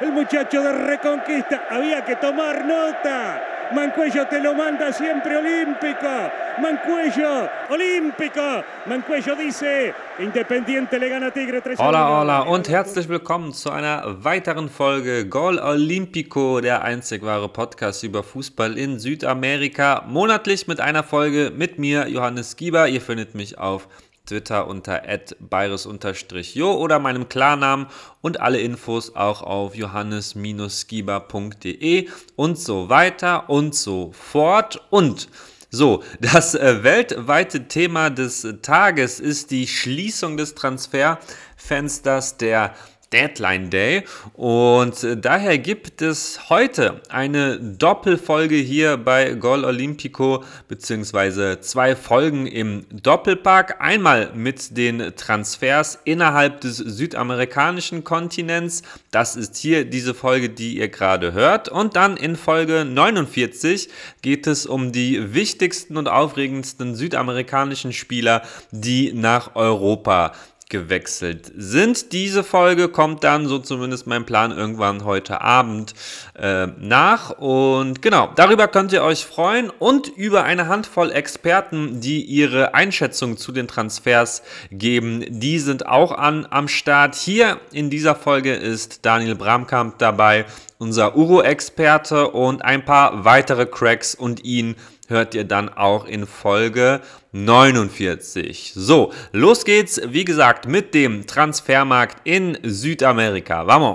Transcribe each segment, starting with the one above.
el muchacho de Reconquista. Había que tomar nota. Mancuello te lo manda siempre Olímpico. Mancuello, Olímpico. Mancuello dice, Independiente le gana Tigre 3-1. Hola und herzlich willkommen zu einer weiteren Folge Gol Olímpico, der einzig wahre Podcast über Fußball in Südamerika. Monatlich mit einer Folge mit mir, Johannes Gieber. Ihr findet mich auf Twitter unter @bayres_jo oder meinem Klarnamen und alle Infos auch auf johannes-gieber.de und so weiter und so fort. Und so, das weltweite Thema des Tages ist die Schließung des Transferfensters, der Deadline Day, und daher gibt es heute eine Doppelfolge hier bei Gol Olímpico, beziehungsweise 2 Folgen im Doppelpack, einmal mit den Transfers innerhalb des südamerikanischen Kontinents, das ist hier diese Folge, die ihr gerade hört, und dann in Folge 49 geht es um die wichtigsten und aufregendsten südamerikanischen Spieler, die nach Europa gewechselt sind. Diese Folge kommt dann, so zumindest mein Plan, irgendwann heute Abend nach. Und genau, darüber könnt ihr euch freuen und über eine Handvoll Experten, die ihre Einschätzung zu den Transfers geben. Die sind auch am Start. Hier in dieser Folge ist Daniel Bramkamp dabei, unser Uro-Experte, und ein paar weitere Cracks, und ihn hört ihr dann auch in Folge 49. So, los geht's, wie gesagt, mit dem Transfermarkt in Südamerika. Vamos!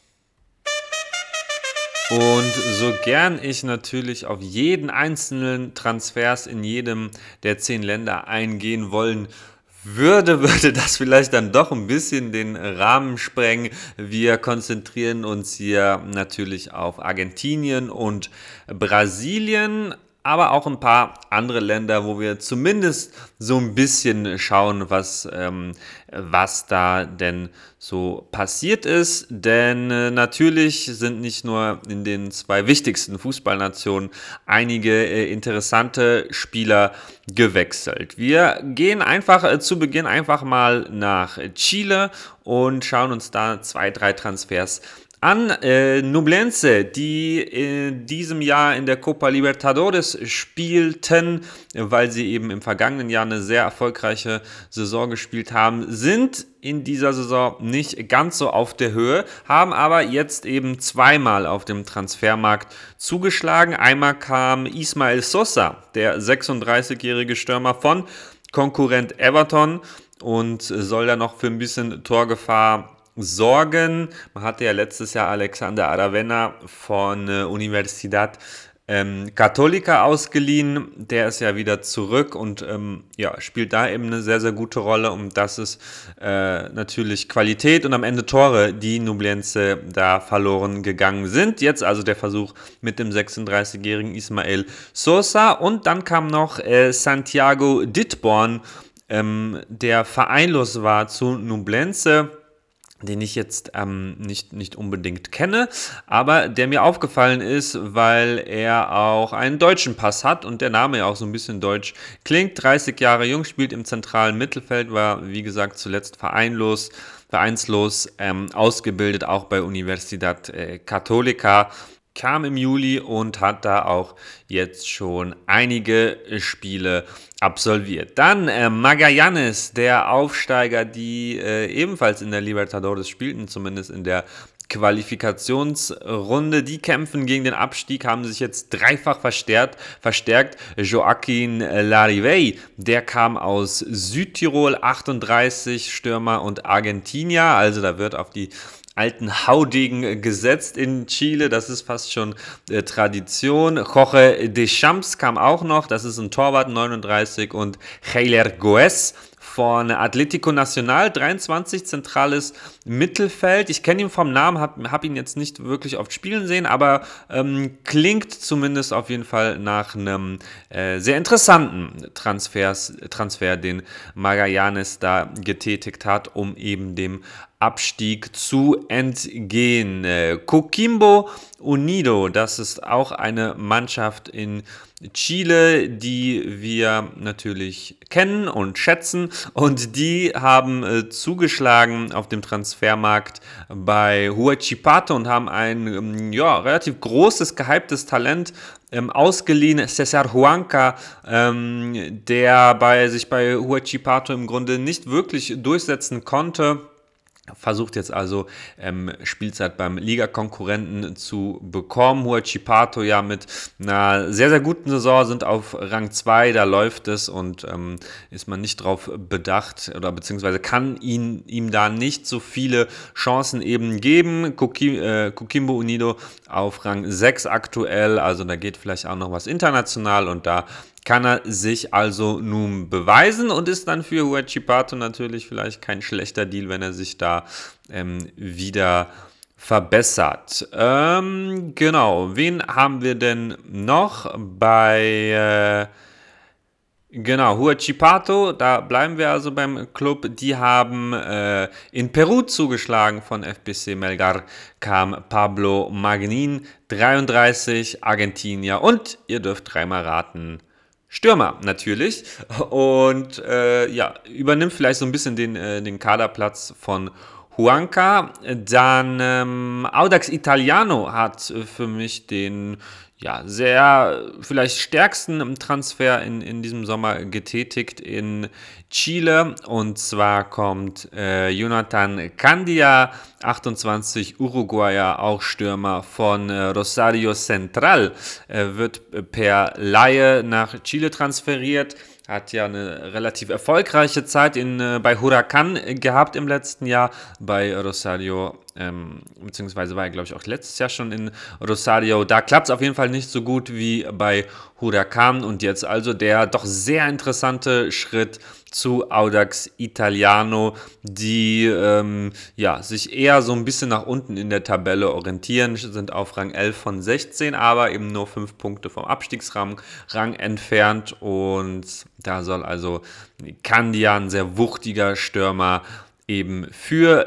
Und so gern ich natürlich auf jeden einzelnen Transfers in jedem der 10 Länder eingehen wollen würde das vielleicht dann doch ein bisschen den Rahmen sprengen. Wir konzentrieren uns hier natürlich auf Argentinien und Brasilien, aber auch ein paar andere Länder, wo wir zumindest so ein bisschen schauen, was da denn so passiert ist. Denn natürlich sind nicht nur in den 2 wichtigsten Fußballnationen einige interessante Spieler gewechselt. Wir gehen zu Beginn einfach mal nach Chile und schauen uns da 2, 3 Transfers an. Ñublense, die in diesem Jahr in der Copa Libertadores spielten, weil sie eben im vergangenen Jahr eine sehr erfolgreiche Saison gespielt haben, sind in dieser Saison nicht ganz so auf der Höhe, haben aber jetzt eben zweimal auf dem Transfermarkt zugeschlagen. Einmal kam Ismael Sosa, der 36-jährige Stürmer von Konkurrent Everton, und soll da noch für ein bisschen Torgefahr sorgen. Man hatte ja letztes Jahr Alexander Aravena von Universidad Católica ausgeliehen. Der ist ja wieder zurück und spielt da eben eine sehr, sehr gute Rolle. Und das ist natürlich Qualität und am Ende Tore, die Ñublense da verloren gegangen sind. Jetzt also der Versuch mit dem 36-jährigen Ismael Sosa. Und dann kam noch Santiago Ditborn, der vereinlos war zu Ñublense, den ich jetzt nicht unbedingt kenne, aber der mir aufgefallen ist, weil er auch einen deutschen Pass hat und der Name ja auch so ein bisschen deutsch klingt. 30 Jahre jung, spielt im zentralen Mittelfeld, war wie gesagt zuletzt vereinslos ausgebildet, auch bei Universidad Católica. Kam im Juli und hat da auch jetzt schon einige Spiele absolviert. Dann Magallanes, der Aufsteiger, die ebenfalls in der Libertadores spielten, zumindest in der Qualifikationsrunde. Die kämpfen gegen den Abstieg, haben sich jetzt dreifach verstärkt. Joaquín Larribey, der kam aus Südtirol, 38, Stürmer und Argentinier. Also da wird auf die alten Haudegen gesetzt in Chile, das ist fast schon Tradition. Jorge Deschamps kam auch noch, das ist ein Torwart, 39, und Heiler Goes von Atlético Nacional, 23, zentrales Mittelfeld. Ich kenne ihn vom Namen, hab ihn jetzt nicht wirklich oft spielen sehen, aber klingt zumindest auf jeden Fall nach einem sehr interessanten Transfer, den Magallanes da getätigt hat, um eben dem Abstieg zu entgehen. Coquimbo Unido, das ist auch eine Mannschaft in Chile, die wir natürlich kennen und schätzen, und die haben zugeschlagen auf dem Transfermarkt bei Huachipato und haben ein relativ großes, gehyptes Talent ausgeliehen, César Huanca, der sich bei Huachipato im Grunde nicht wirklich durchsetzen konnte. Versucht jetzt also Spielzeit beim Ligakonkurrenten zu bekommen. Huachipato ja mit einer sehr, sehr guten Saison sind auf Rang 2, da läuft es, und ist man nicht drauf bedacht oder beziehungsweise kann ihm da nicht so viele Chancen eben geben. Coquimbo Unido auf Rang 6 aktuell, also da geht vielleicht auch noch was international, und da kann er sich also nun beweisen und ist dann für Huachipato natürlich vielleicht kein schlechter Deal, wenn er sich da wieder verbessert. Genau, wen haben wir denn noch bei... Genau, Huachipato, da bleiben wir also beim Club. Die haben in Peru zugeschlagen. Von FBC Melgar kam Pablo Magnin, 33, Argentinier, und ihr dürft dreimal raten, Stürmer natürlich, und übernimmt vielleicht so ein bisschen den Kaderplatz von Huanca. Dann Audax Italiano hat für mich den sehr vielleicht stärksten Transfer in diesem Sommer getätigt in Chile, und zwar kommt Jonathan Candia, 28, Uruguayer, auch Stürmer von Rosario Central, wird per Laie nach Chile transferiert. Hat ja eine relativ erfolgreiche Zeit bei Huracan gehabt im letzten Jahr. Bei Rosario, beziehungsweise war er, glaube ich, auch letztes Jahr schon in Rosario. Da klappt es auf jeden Fall nicht so gut wie bei Huracan. Und jetzt also der doch sehr interessante Schritt zu Audax Italiano, die sich eher so ein bisschen nach unten in der Tabelle orientieren, sind auf Rang 11 von 16, aber eben nur 5 Punkte vom Abstiegsrang entfernt, und da soll also Candia, ein sehr wuchtiger Stürmer, eben für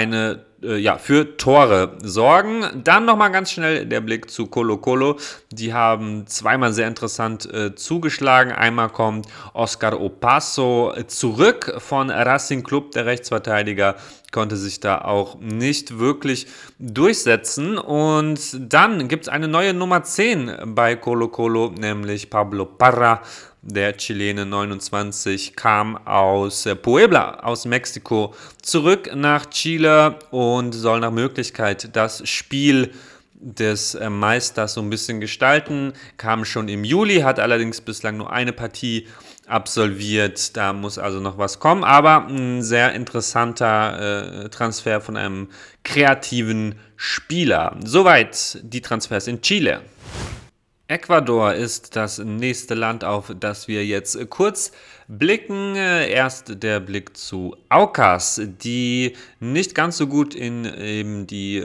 für Tore sorgen. Dann nochmal ganz schnell der Blick zu Colo-Colo. Die haben zweimal sehr interessant zugeschlagen. Einmal kommt Oscar Opaso zurück von Racing Club, der Rechtsverteidiger, konnte sich da auch nicht wirklich durchsetzen. Und dann gibt es eine neue Nummer 10 bei Colo-Colo, nämlich Pablo Parra. Der Chilene, 29, kam aus Puebla, aus Mexiko, zurück nach Chile und soll nach Möglichkeit das Spiel des Meisters so ein bisschen gestalten. Kam schon im Juli, hat allerdings bislang nur eine Partie absolviert. Da muss also noch was kommen, aber ein sehr interessanter Transfer von einem kreativen Spieler. Soweit die Transfers in Chile. Ecuador ist das nächste Land, auf das wir jetzt kurz blicken. Erst der Blick zu Aucas, die nicht ganz so gut in eben die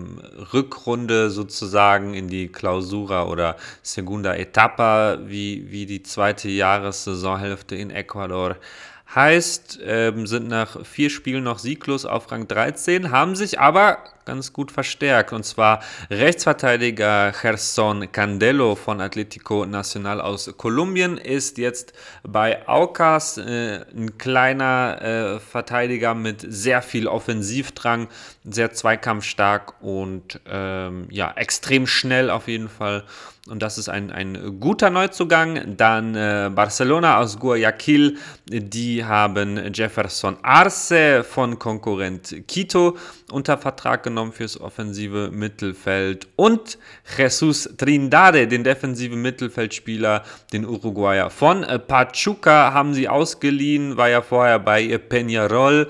Rückrunde sozusagen, in die Clausura oder Segunda Etapa, wie die zweite Jahressaisonhälfte in Ecuador heißt, sind nach 4 Spielen noch sieglos auf Rang 13, haben sich aber ganz gut verstärkt, und zwar Rechtsverteidiger Gerson Candelo von Atlético Nacional aus Kolumbien ist jetzt bei Aucas, ein kleiner Verteidiger mit sehr viel Offensivdrang, sehr zweikampfstark und extrem schnell auf jeden Fall. Und das ist ein guter Neuzugang. Dann Barcelona aus Guayaquil, die haben Jefferson Arce von Konkurrent Quito unter Vertrag genommen fürs offensive Mittelfeld. Und Jesus Trindade, den defensiven Mittelfeldspieler, den Uruguayer von Pachuca, haben sie ausgeliehen, war ja vorher bei Peñarol,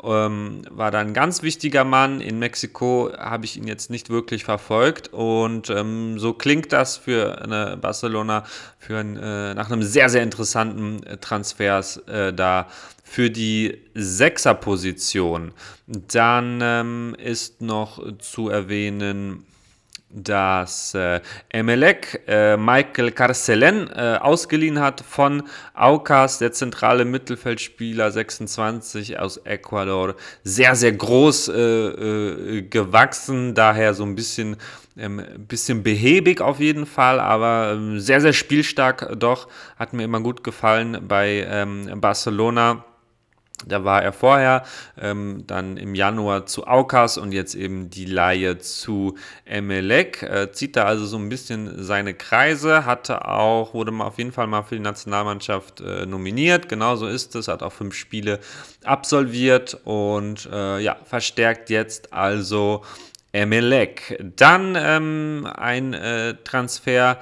war da ein ganz wichtiger Mann. In Mexiko habe ich ihn jetzt nicht wirklich verfolgt, und so klingt das für Barcelona nach einem sehr, sehr interessanten Transfers da für die Sechserposition. Dann ist noch zu erwähnen dass Emelec Michael Carcelen ausgeliehen hat von Aucas, der zentrale Mittelfeldspieler, 26 aus Ecuador, sehr, sehr groß gewachsen, daher so ein bisschen behäbig auf jeden Fall, aber sehr, sehr spielstark doch, hat mir immer gut gefallen bei Barcelona. Da war er vorher, dann im Januar zu Aucas und jetzt eben die Leihe zu Emelec. Zieht da also so ein bisschen seine Kreise, wurde mal auf jeden Fall mal für die Nationalmannschaft nominiert. Genauso ist es, hat auch 5 Spiele absolviert und verstärkt jetzt also Emelec. Dann ein Transfer,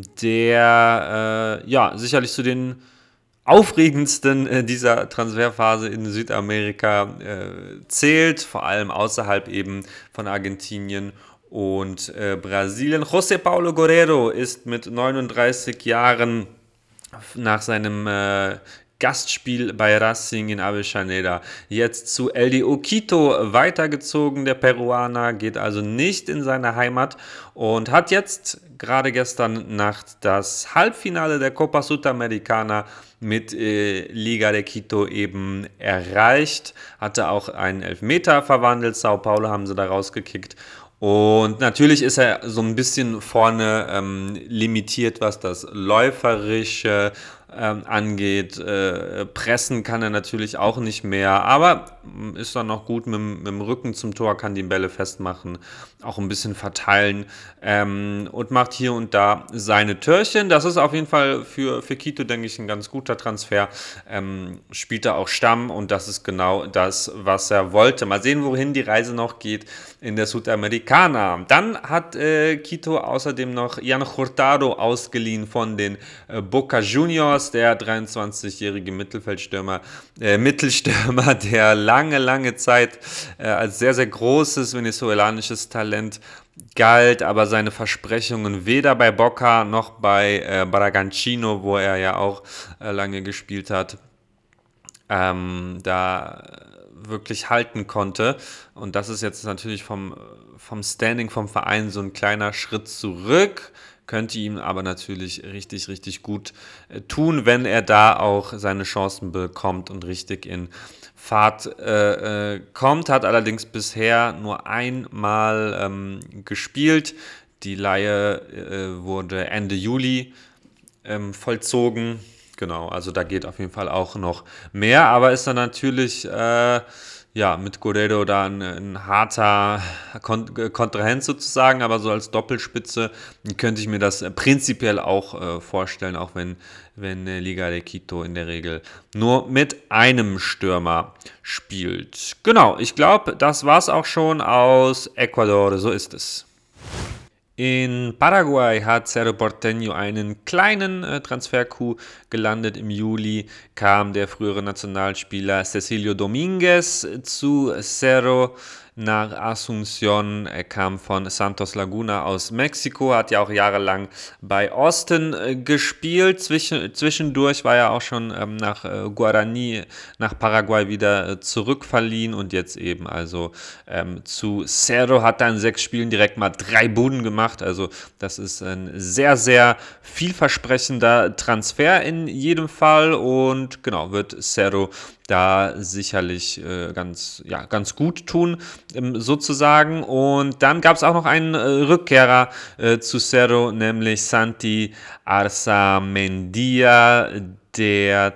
der sicherlich zu den aufregendsten dieser Transferphase in Südamerika zählt, vor allem außerhalb eben von Argentinien und Brasilien. José Paulo Guerrero ist mit 39 Jahren nach seinem Gastspiel bei Racing in Avellaneda jetzt zu LDU Quito weitergezogen. Der Peruaner geht also nicht in seine Heimat und hat jetzt gerade gestern Nacht das Halbfinale der Copa Sudamericana mit Liga de Quito eben erreicht. Hatte auch einen Elfmeter verwandelt. Sao Paulo haben sie da rausgekickt. Und natürlich ist er so ein bisschen vorne limitiert, was das Läuferische angeht. Pressen kann er natürlich auch nicht mehr, aber ist dann noch gut mit dem Rücken zum Tor, kann die Bälle festmachen, auch ein bisschen verteilen und macht hier und da seine Törchen. Das ist auf jeden Fall für Quito, denke ich, ein ganz guter Transfer. Spielt er auch Stamm und das ist genau das, was er wollte. Mal sehen, wohin die Reise noch geht in der Sudamericana. Dann hat Quito außerdem noch Jan Hurtado ausgeliehen von den Boca Juniors, der 23-jährige Mittelstürmer, der lange Zeit als sehr, sehr großes venezuelanisches Talent galt, aber seine Versprechungen weder bei Boca noch bei Bragantino, wo er ja auch lange gespielt hat, da wirklich halten konnte. Und das ist jetzt natürlich vom Standing vom Verein so ein kleiner Schritt zurück. Könnte ihm aber natürlich richtig, richtig gut tun, wenn er da auch seine Chancen bekommt und richtig in Fahrt kommt. Hat allerdings bisher nur einmal gespielt. Die Leihe wurde Ende Juli vollzogen. Genau, also da geht auf jeden Fall auch noch mehr, aber ist dann natürlich mit Guerrero da ein harter Kontrahent sozusagen, aber so als Doppelspitze könnte ich mir das prinzipiell auch vorstellen, auch wenn Liga de Quito in der Regel nur mit einem Stürmer spielt. Genau, ich glaube, das war's auch schon aus Ecuador, so ist es. In Paraguay hat Cerro Porteño einen kleinen Transfer-Coup gelandet. Im Juli kam der frühere Nationalspieler Cecilio Dominguez zu Cerro nach Asunción. Er kam von Santos Laguna aus Mexiko, hat ja auch jahrelang bei Austin gespielt. Zwischendurch war er auch schon nach Guarani, nach Paraguay wieder zurückverliehen und jetzt eben also zu Cerro, hat er in 6 Spielen direkt mal 3 Buden gemacht. Also das ist ein sehr, sehr vielversprechender Transfer in jedem Fall und genau, wird Cerro da sicherlich ganz gut tun, sozusagen. Und dann gab es auch noch einen Rückkehrer zu Cerro, nämlich Santi Arzamendia, der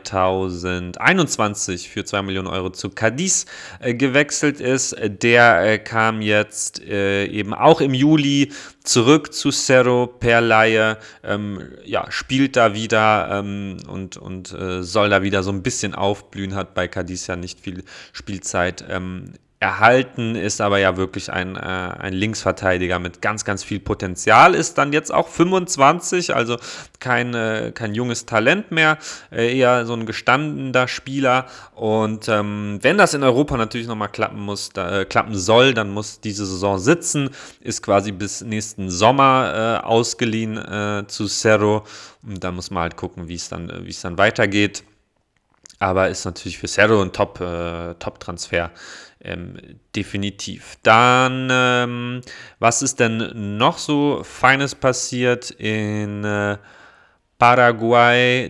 2021 für 2 Millionen Euro zu Cadiz gewechselt ist. Der kam jetzt eben auch im Juli zurück zu Cerro per Leihe, spielt da wieder und soll da wieder so ein bisschen aufblühen, hat bei Cadiz ja nicht viel Spielzeit erhalten, ist aber ja wirklich ein Linksverteidiger mit ganz, ganz viel Potenzial, ist dann jetzt auch 25, also kein junges Talent mehr, eher so ein gestandener Spieler und wenn das in Europa natürlich nochmal klappen soll, dann muss diese Saison sitzen, ist quasi bis nächsten Sommer ausgeliehen zu Cerro und dann muss man halt gucken, wie es dann weitergeht. Aber ist natürlich für Cerro ein Top-Transfer. Definitiv. Dann, was ist denn noch so Feines passiert in Paraguay?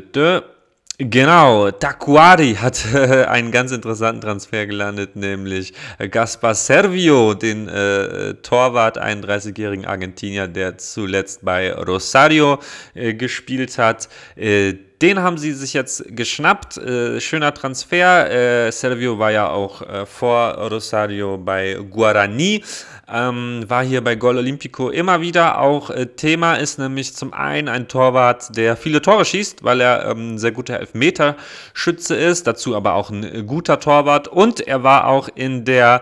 Genau, Tacuary hat einen ganz interessanten Transfer gelandet, nämlich Gaspar Servio, den Torwart, 31-jährigen Argentinier, der zuletzt bei Rosario gespielt hat. Den haben sie sich jetzt geschnappt. Schöner Transfer. Servio war ja auch vor Rosario bei Guarani. War hier bei Gol Olímpico immer wieder auch Thema, ist nämlich zum einen ein Torwart, der viele Tore schießt, weil er ein sehr guter Elfmeterschütze ist, dazu aber auch ein guter Torwart, und er war auch in der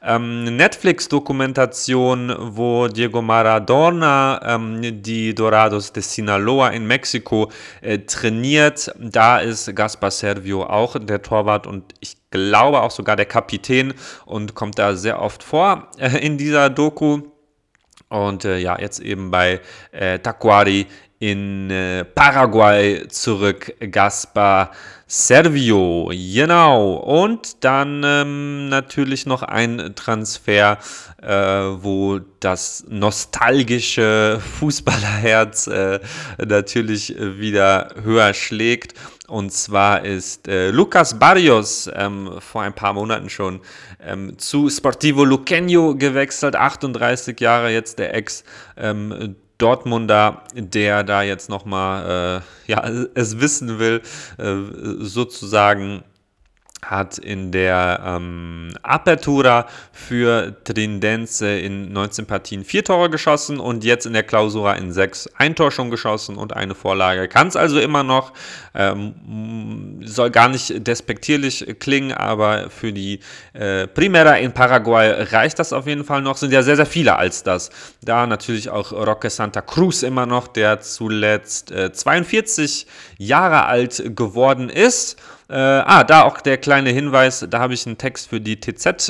Netflix-Dokumentation, wo Diego Maradona die Dorados de Sinaloa in Mexiko trainiert. Da ist Gaspar Servio auch der Torwart und ich glaube auch sogar der Kapitän und kommt da sehr oft vor in dieser Doku. Und ja, jetzt eben bei Tacuary in Paraguay zurück, Gaspar Servio, genau. Und dann natürlich noch ein Transfer, wo das nostalgische Fußballerherz natürlich wieder höher schlägt. Und zwar ist Lucas Barrios vor ein paar Monaten schon zu Sportivo Luqueño gewechselt, 38 Jahre jetzt der Dortmunder, der da jetzt nochmal es wissen will, sozusagen. Hat in der Apertura für Trindense in 19 Partien 4 Tore geschossen und jetzt in der Clausura in 6 ein Tor schon geschossen und eine Vorlage. Kann es also immer noch, soll gar nicht despektierlich klingen, aber für die Primera in Paraguay reicht das auf jeden Fall noch. Sind ja sehr, sehr viele als das. Da natürlich auch Roque Santa Cruz immer noch, der zuletzt 42 Jahre alt geworden ist. Da auch der kleine Hinweis, da habe ich einen Text für die TZ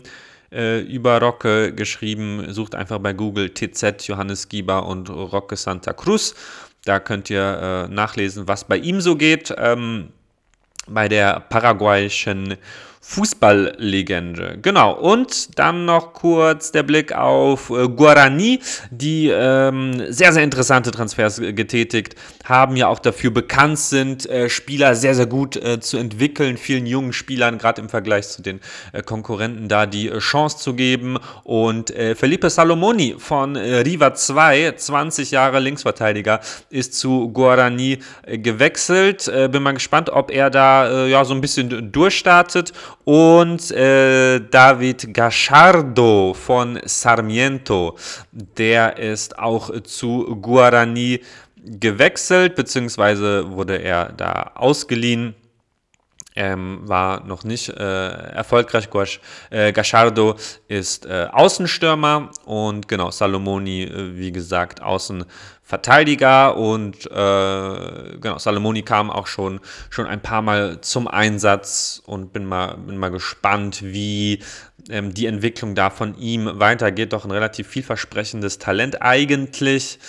über Roque geschrieben. Sucht einfach bei Google TZ Johannes Giba und Roque Santa Cruz. Da könnt ihr nachlesen, was bei ihm so geht, bei der paraguayischen Fußballlegende. Genau, und dann noch kurz der Blick auf Guarani, die sehr, sehr interessante Transfers getätigt haben, ja auch dafür bekannt sind, Spieler sehr, sehr gut zu entwickeln, vielen jungen Spielern, gerade im Vergleich zu den Konkurrenten, da die Chance zu geben. Und Felipe Salomoni von River 2, 20 Jahre Linksverteidiger, ist zu Guarani gewechselt. Bin mal gespannt, ob er da so ein bisschen durchstartet. Und David Gallardo von Sarmiento, der ist auch zu Guarani gewechselt, beziehungsweise wurde er da ausgeliehen. War noch nicht erfolgreich. Gallardo ist Außenstürmer und genau, Salomoni, wie gesagt, Außenverteidiger und genau, Salomoni kam auch schon ein paar Mal zum Einsatz und bin mal gespannt, wie die Entwicklung da von ihm weitergeht. Doch ein relativ vielversprechendes Talent eigentlich.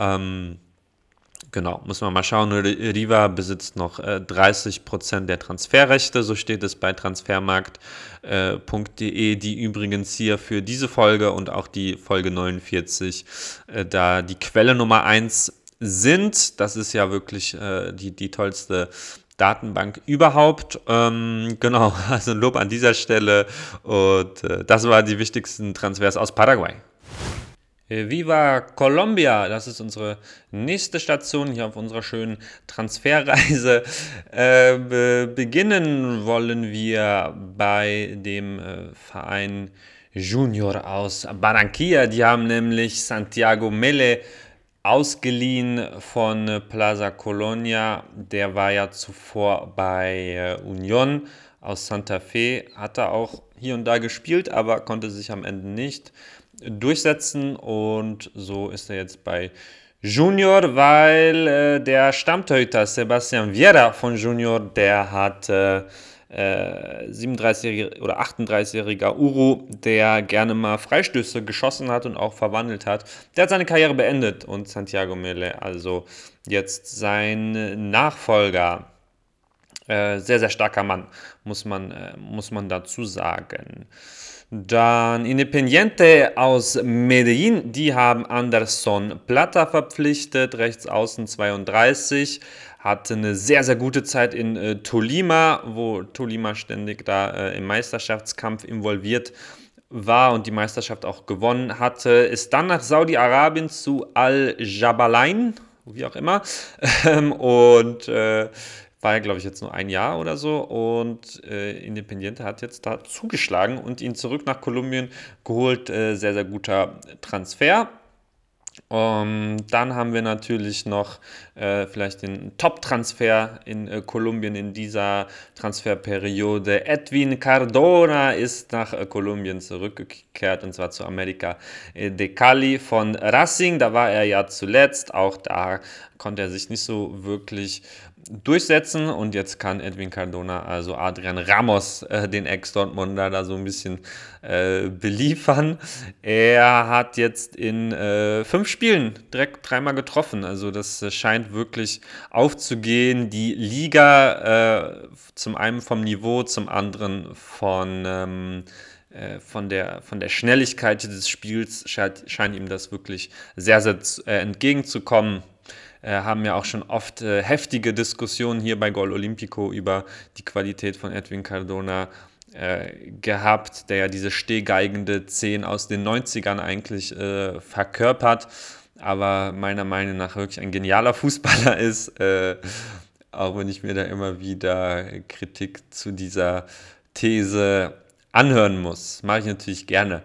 Genau, muss man mal schauen. Riva besitzt noch 30% der Transferrechte, so steht es bei transfermarkt.de, die übrigens hier für diese Folge und auch die Folge 49 da die Quelle Nummer 1 sind. Das ist ja wirklich die tollste Datenbank überhaupt. Genau, also ein Lob an dieser Stelle und das waren die wichtigsten Transfers aus Paraguay. Viva Colombia, das ist unsere nächste Station hier auf unserer schönen Transferreise. Beginnen wollen wir bei dem Verein Junior aus Barranquilla. Die haben nämlich Santiago Mele ausgeliehen von Plaza Colonia. Der war ja zuvor bei Unión aus Santa Fe, hat er auch hier und da gespielt, aber konnte sich am Ende nicht durchsetzen und so ist er jetzt bei Junior, weil der Stammtorhüter Sebastián Viera von Junior, der hat 37- oder 38-jähriger Uru, der gerne mal Freistöße geschossen hat und auch verwandelt hat. Der hat seine Karriere beendet und Santiago Mele, also jetzt sein Nachfolger. Sehr, sehr starker Mann, muss man dazu sagen. Dann Independiente aus Medellin, die haben Anderson Plata verpflichtet, rechts außen 32, hatte eine sehr, sehr gute Zeit in Tolima, wo Tolima ständig da im Meisterschaftskampf involviert war und die Meisterschaft auch gewonnen hatte, ist dann nach Saudi-Arabien zu Al-Jabalain, wie auch immer, und war ja, glaube ich, jetzt nur ein Jahr oder so und Independiente hat jetzt da zugeschlagen und ihn zurück nach Kolumbien geholt. Sehr, sehr guter Transfer. Dann haben wir natürlich noch vielleicht den Top-Transfer in Kolumbien in dieser Transferperiode. Edwin Cardona ist nach Kolumbien zurückgekehrt und zwar zu América de Cali von Racing. Da war er ja zuletzt. Auch da konnte er sich nicht so wirklich durchsetzen und jetzt kann Edwin Cardona, also Adrian Ramos, den Ex-Dortmunder da so ein bisschen beliefern. Er hat jetzt in 5 Spielen direkt 3-mal getroffen, also das scheint wirklich aufzugehen. Die Liga zum einen vom Niveau, zum anderen von der Schnelligkeit des Spiels scheint ihm das wirklich sehr, sehr entgegenzukommen. Haben ja auch schon oft heftige Diskussionen hier bei Gol Olimpico über die Qualität von Edwin Cardona gehabt, der ja diese stehgeigende 10 aus den 90ern eigentlich verkörpert, aber meiner Meinung nach wirklich ein genialer Fußballer ist, auch wenn ich mir da immer wieder Kritik zu dieser These anhören muss. Mache ich natürlich gerne.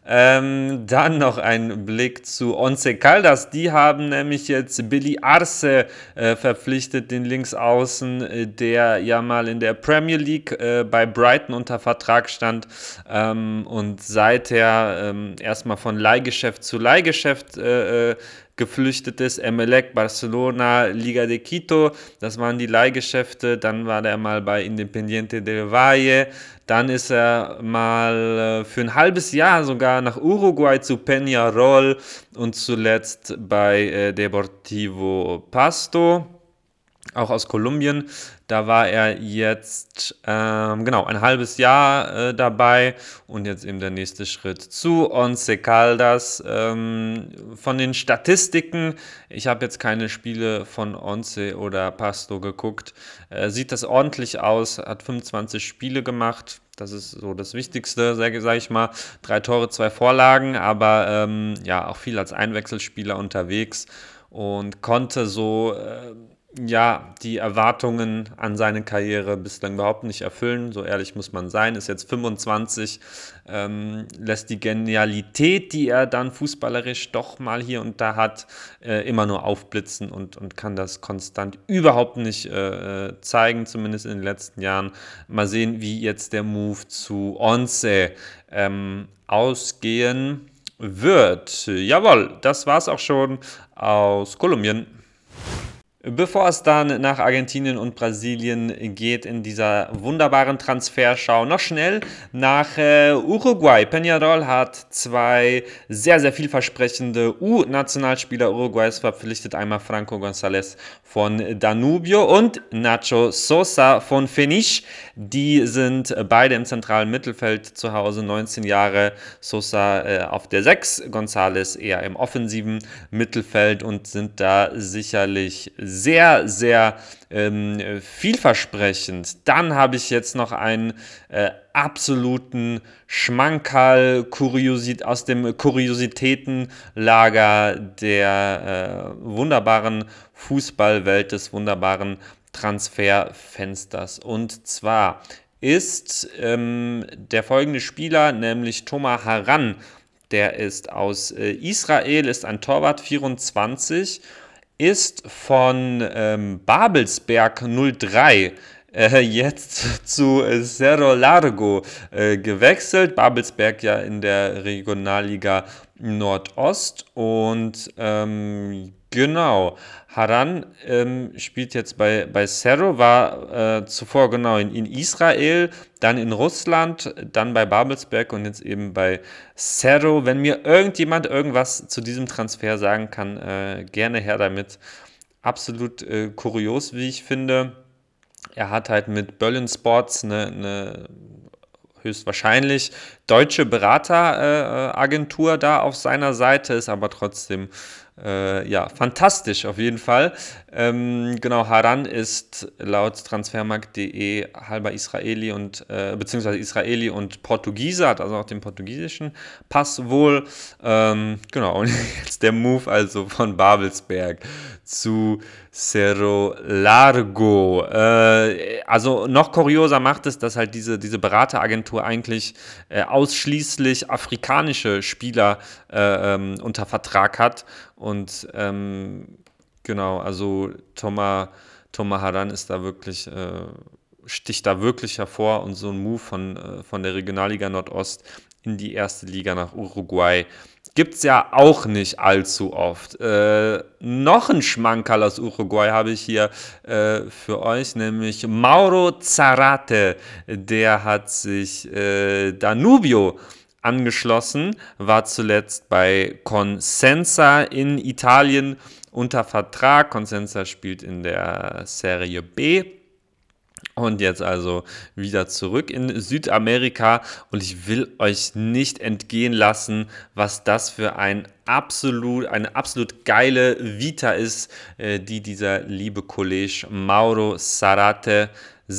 Dann noch ein Blick zu Once Caldas. Die haben nämlich jetzt Billy Arce verpflichtet, den Linksaußen, der ja mal in der Premier League bei Brighton unter Vertrag stand und seither erstmal von Leihgeschäft zu Leihgeschäft geflüchtet ist. Emelec, Barcelona, Liga de Quito, das waren die Leihgeschäfte. Dann war der mal bei Independiente del Valle. Dann ist er mal für ein halbes Jahr sogar nach Uruguay zu Peñarol und zuletzt bei Deportivo Pasto, auch aus Kolumbien. Da war er jetzt genau ein halbes Jahr dabei und jetzt eben der nächste Schritt zu Once Caldas. Von den Statistiken, ich habe jetzt keine Spiele von Once oder Pasto geguckt, sieht das ordentlich aus, hat 25 Spiele gemacht. Das ist so das Wichtigste, sage ich mal. 3 Tore, 2 Vorlagen, aber ja, auch viel als Einwechselspieler unterwegs und konnte so ja, die Erwartungen an seine Karriere bislang überhaupt nicht erfüllen. So ehrlich muss man sein. Ist jetzt 25, lässt die Genialität, die er dann fußballerisch doch mal hier und da hat, immer nur aufblitzen und kann das konstant überhaupt nicht zeigen, zumindest in den letzten Jahren. Mal sehen, wie jetzt der Move zu Once ausgehen wird. Jawohl, das war's auch schon aus Kolumbien. Bevor es dann nach Argentinien und Brasilien geht in dieser wunderbaren Transferschau, noch schnell nach Uruguay. Peñarol hat 2 sehr, sehr vielversprechende U-Nationalspieler Uruguays verpflichtet. Einmal Franco González von Danubio und Nacho Sosa von Fenix. Die sind beide im zentralen Mittelfeld zu Hause, 19 Jahre. Sosa auf der 6, González eher im offensiven Mittelfeld und sind da sicherlich sehr, sehr vielversprechend. Dann habe ich jetzt noch einen absoluten Schmankerl aus dem Kuriositätenlager der wunderbaren Fußballwelt, des wunderbaren Transferfensters. Und zwar ist der folgende Spieler, nämlich Thomas Haran, der ist aus Israel, ist ein Torwart, 24, ist von Babelsberg 03 jetzt zu Cerro Largo gewechselt. Babelsberg ja in der Regionalliga Nordost und genau, Haran spielt jetzt bei Cerro, war zuvor genau in Israel, dann in Russland, dann bei Babelsberg und jetzt eben bei Cerro. Wenn mir irgendjemand irgendwas zu diesem Transfer sagen kann, gerne her damit. Absolut kurios, wie ich finde. er hat halt mit Berlin Sports eine höchstwahrscheinlich deutsche Berateragentur da auf seiner Seite, ist aber trotzdem fantastisch auf jeden Fall. Genau, Haran ist laut Transfermarkt.de halber Israeli beziehungsweise Israeli und Portugiese, hat also auch den portugiesischen Pass wohl. Genau, und jetzt der Move also von Babelsberg zu Cerro Largo. Also noch kurioser macht es, dass halt diese Berateragentur eigentlich ausschließlich afrikanische Spieler unter Vertrag hat. Und genau, also Thomas Haran ist da wirklich, sticht da wirklich hervor, und so ein Move von der Regionalliga Nordost in die erste Liga nach Uruguay gibt es ja auch nicht allzu oft. Noch ein Schmankerl aus Uruguay habe ich hier für euch, nämlich Mauro Zarate. Der hat sich Danubio angeschlossen, war zuletzt bei Cosenza in Italien unter Vertrag. Cosenza spielt in der Serie B. Und jetzt also wieder zurück in Südamerika, und ich will euch nicht entgehen lassen, was das für eine absolut geile Vita ist, die dieser liebe Kollege Mauro Zarate,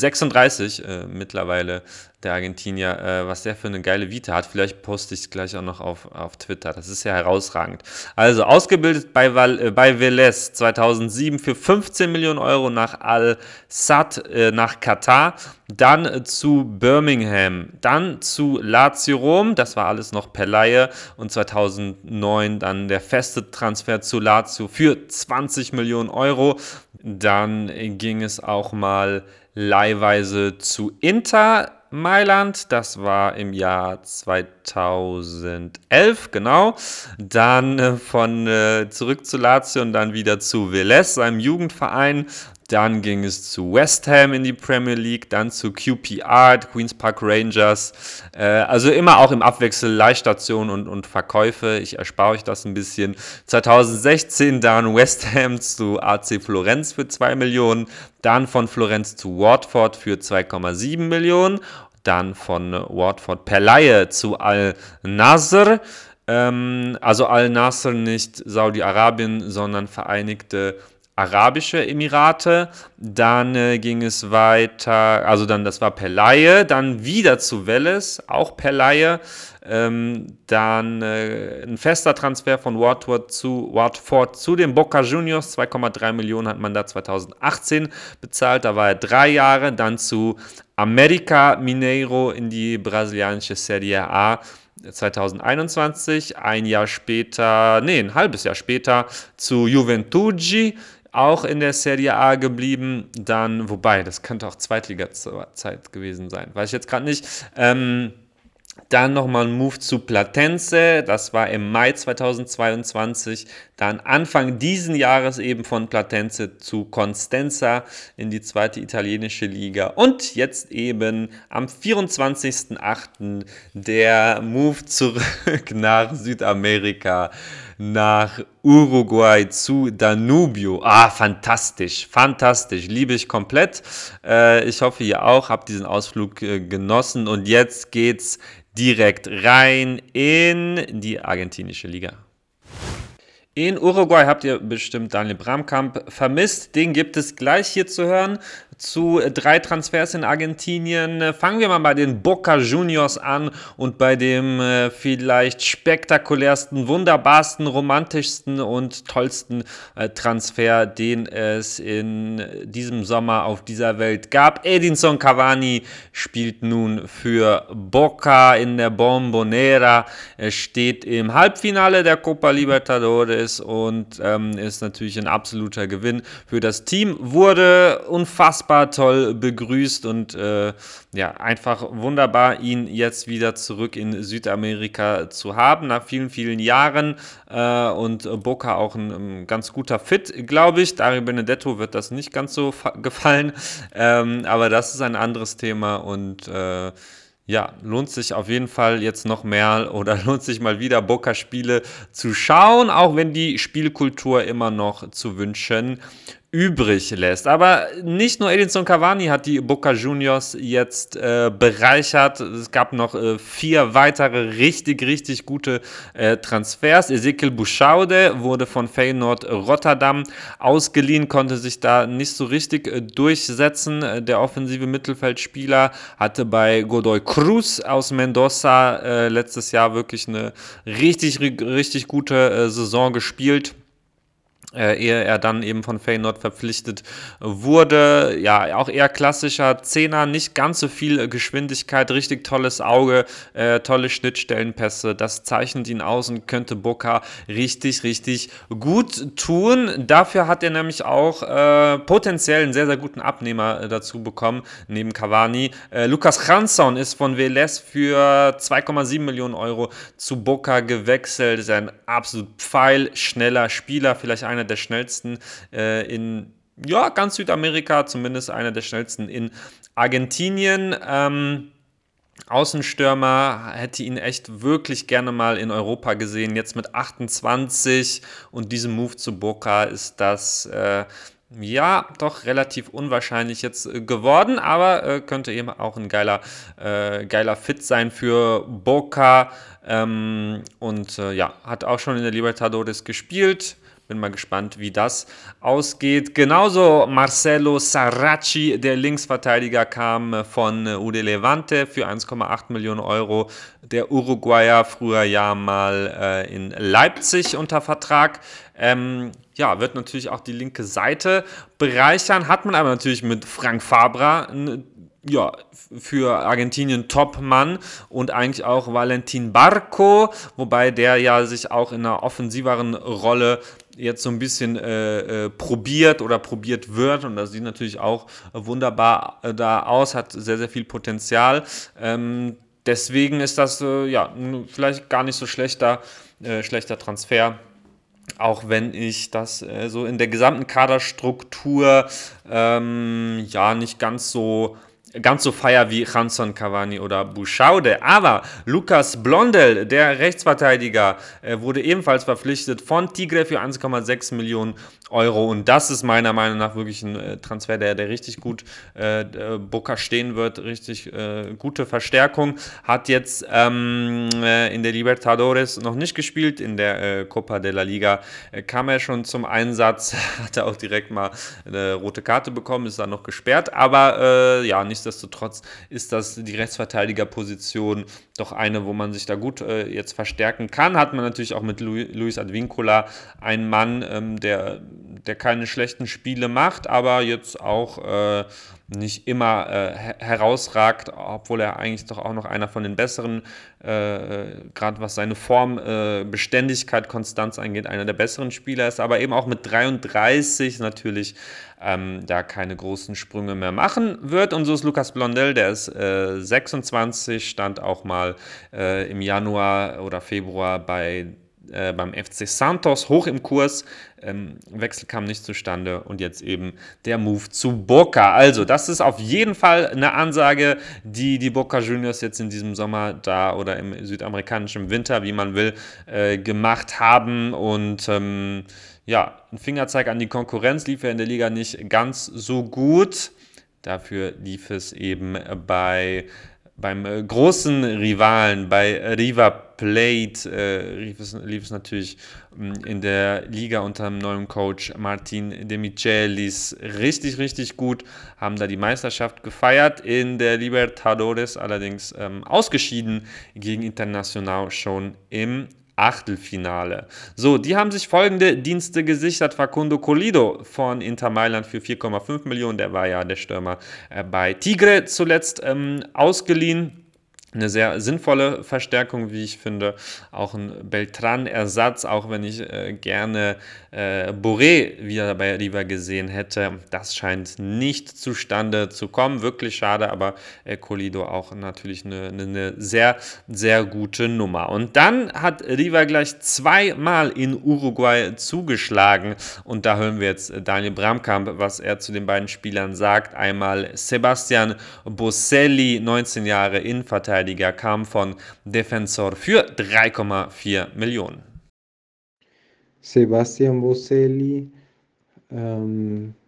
36 mittlerweile, der Argentinier, was der für eine geile Vita hat. Vielleicht poste ich es gleich auch noch auf Twitter. Das ist ja herausragend. Also ausgebildet bei Vélez 2007 für 15 Millionen Euro nach Al-Sadd nach Katar, dann zu Birmingham, dann zu Lazio Rom, das war alles noch per Leihe, und 2009 dann der feste Transfer zu Lazio für 20 Millionen Euro. Dann ging es auch mal leihweise zu Inter Mailand, das war im Jahr 2011, genau. Dann zurück zu Lazio und dann wieder zu Vélez, seinem Jugendverein. Dann ging es zu West Ham in die Premier League, dann zu QPR, Queen's Park Rangers. Also immer auch im Abwechsel Leihstationen und Verkäufe. Ich erspare euch das ein bisschen. 2016 dann West Ham zu AC Florenz für 2 Millionen. Dann von Florenz zu Watford für 2,7 Millionen. Dann von Watford per Leihe zu Al-Nasr. Also Al-Nasr nicht Saudi-Arabien, sondern Vereinigte Arabische Emirate. Dann ging es weiter, also dann, das war per Leihe, dann wieder zu Vélez, auch per Leihe. Dann ein fester Transfer von Watford zu den Boca Juniors, 2,3 Millionen hat man da 2018 bezahlt, da war er 3 Jahre. Dann zu América Mineiro in die brasilianische Serie A 2021, ein halbes Jahr später zu Juventude, auch in der Serie A geblieben. Dann, wobei, das könnte auch Zweitliga-Zeit gewesen sein, weiß ich jetzt gerade nicht. Dann nochmal ein Move zu Platense, das war im Mai 2022. Dann Anfang diesen Jahres eben von Platense zu Cosenza in die zweite italienische Liga. Und jetzt eben am 24.08. der Move zurück nach Südamerika, nach Uruguay zu Danubio. Fantastisch, liebe ich komplett. Ich hoffe, ihr auch, habt diesen Ausflug genossen, und jetzt geht's direkt rein in die argentinische Liga. In Uruguay habt ihr bestimmt Daniel Bramkamp vermisst. Den gibt es gleich hier zu hören. Zu 3 Transfers in Argentinien. Fangen wir mal bei den Boca Juniors an und bei dem vielleicht spektakulärsten, wunderbarsten, romantischsten und tollsten Transfer, den es in diesem Sommer auf dieser Welt gab. Edinson Cavani spielt nun für Boca in der Bombonera. Er steht im Halbfinale der Copa Libertadores und ist natürlich ein absoluter Gewinn für das Team. Wurde unfassbar toll begrüßt und einfach wunderbar, ihn jetzt wieder zurück in Südamerika zu haben, nach vielen, vielen Jahren, und Boca auch ein ganz guter Fit, glaube ich. Dario Benedetto wird das nicht ganz so gefallen, aber das ist ein anderes Thema, und lohnt sich auf jeden Fall jetzt noch mehr, oder lohnt sich mal wieder Boca-Spiele zu schauen, auch wenn die Spielkultur immer noch zu wünschen übrig lässt. Aber nicht nur Edinson Cavani hat die Boca Juniors jetzt bereichert. Es gab noch 4 weitere richtig gute Transfers. Ezequiel Buschaude wurde von Feyenoord Rotterdam ausgeliehen, konnte sich da nicht so richtig durchsetzen. Der offensive Mittelfeldspieler hatte bei Godoy Cruz aus Mendoza letztes Jahr wirklich eine richtig gute Saison gespielt, ehe er dann eben von Feyenoord verpflichtet wurde. Ja, auch eher klassischer Zehner, nicht ganz so viel Geschwindigkeit, richtig tolles Auge, tolle Schnittstellenpässe, das zeichnet ihn aus und könnte Boca richtig gut tun. Dafür hat er nämlich auch potenziell einen sehr guten Abnehmer dazu bekommen, neben Cavani. Lucas Jansson ist von Vélez für 2,7 Millionen Euro zu Boca gewechselt, ist ein absolut pfeilschneller Spieler, vielleicht einer der schnellsten in ganz Südamerika, zumindest einer der schnellsten in Argentinien. Außenstürmer, hätte ihn echt wirklich gerne mal in Europa gesehen. Jetzt mit 28 und diesem Move zu Boca ist das doch relativ unwahrscheinlich jetzt geworden, aber könnte eben auch ein geiler Fit sein für Boca, hat auch schon in der Libertadores gespielt. Bin mal gespannt, wie das ausgeht. Genauso Marcelo Saracchi, der Linksverteidiger, kam von UD Levante für 1,8 Millionen Euro. Der Uruguayer, früher ja mal in Leipzig unter Vertrag. Wird natürlich auch die linke Seite bereichern. Hat man aber natürlich mit Frank Fabra für Argentinien Top-Mann und eigentlich auch Valentin Barco, wobei der ja sich auch in einer offensiveren Rolle jetzt so ein bisschen probiert wird, und das sieht natürlich auch wunderbar da aus, hat sehr viel Potenzial. Deswegen ist das vielleicht gar nicht so schlechter Transfer, auch wenn ich das so in der gesamten Kaderstruktur nicht ganz so feier wie Jansson, Cavani oder Buschaude. Aber Lucas Blondel, der Rechtsverteidiger, wurde ebenfalls verpflichtet von Tigre für 1,6 Millionen Euro. Und das ist meiner Meinung nach wirklich ein Transfer, der richtig gut Boca stehen wird. Richtig gute Verstärkung. Hat jetzt in der Libertadores noch nicht gespielt. In der Copa de la Liga kam er schon zum Einsatz. Hat er auch direkt mal eine rote Karte bekommen. Ist dann noch gesperrt. Aber nichtsdestotrotz ist das die Rechtsverteidigerposition doch eine, wo man sich da gut jetzt verstärken kann. Hat man natürlich auch mit Luis Advíncula einen Mann, der keine schlechten Spiele macht, aber jetzt auch nicht immer herausragt, obwohl er eigentlich doch auch noch einer von den besseren, gerade was seine Form, Beständigkeit, Konstanz angeht, einer der besseren Spieler ist, aber eben auch mit 33 natürlich da keine großen Sprünge mehr machen wird. Und so ist Lucas Blondel, der ist 26, stand auch mal im Januar oder Februar beim FC Santos hoch im Kurs. Wechsel kam nicht zustande und jetzt eben der Move zu Boca. Also das ist auf jeden Fall eine Ansage, die Boca Juniors jetzt in diesem Sommer da oder im südamerikanischen Winter, wie man will, gemacht haben. Und ein Fingerzeig an die Konkurrenz lief ja in der Liga nicht ganz so gut. Dafür lief es eben beim großen Rivalen, bei River Plate, lief es natürlich in der Liga unter dem neuen Coach Martin De Michelis richtig gut, haben da die Meisterschaft gefeiert, in der Libertadores allerdings ausgeschieden gegen Internacional schon im Achtelfinale. So, die haben sich folgende Dienste gesichert. Facundo Colido von Inter Mailand für 4,5 Millionen. Der war ja der Stürmer bei Tigre zuletzt ausgeliehen. Eine sehr sinnvolle Verstärkung, wie ich finde. Auch ein Beltran-Ersatz, auch wenn ich gerne Borré wieder bei River gesehen hätte. Das scheint nicht zustande zu kommen. Wirklich schade, aber Colido auch natürlich eine sehr gute Nummer. Und dann hat River gleich 2-mal in Uruguay zugeschlagen. Und da hören wir jetzt Daniel Bramkamp, was er zu den beiden Spielern sagt. Einmal Sebastian Boselli, 19 Jahre Innenverteidiger, kam von Defensor für 3,4 Millionen. Sebastian Boselli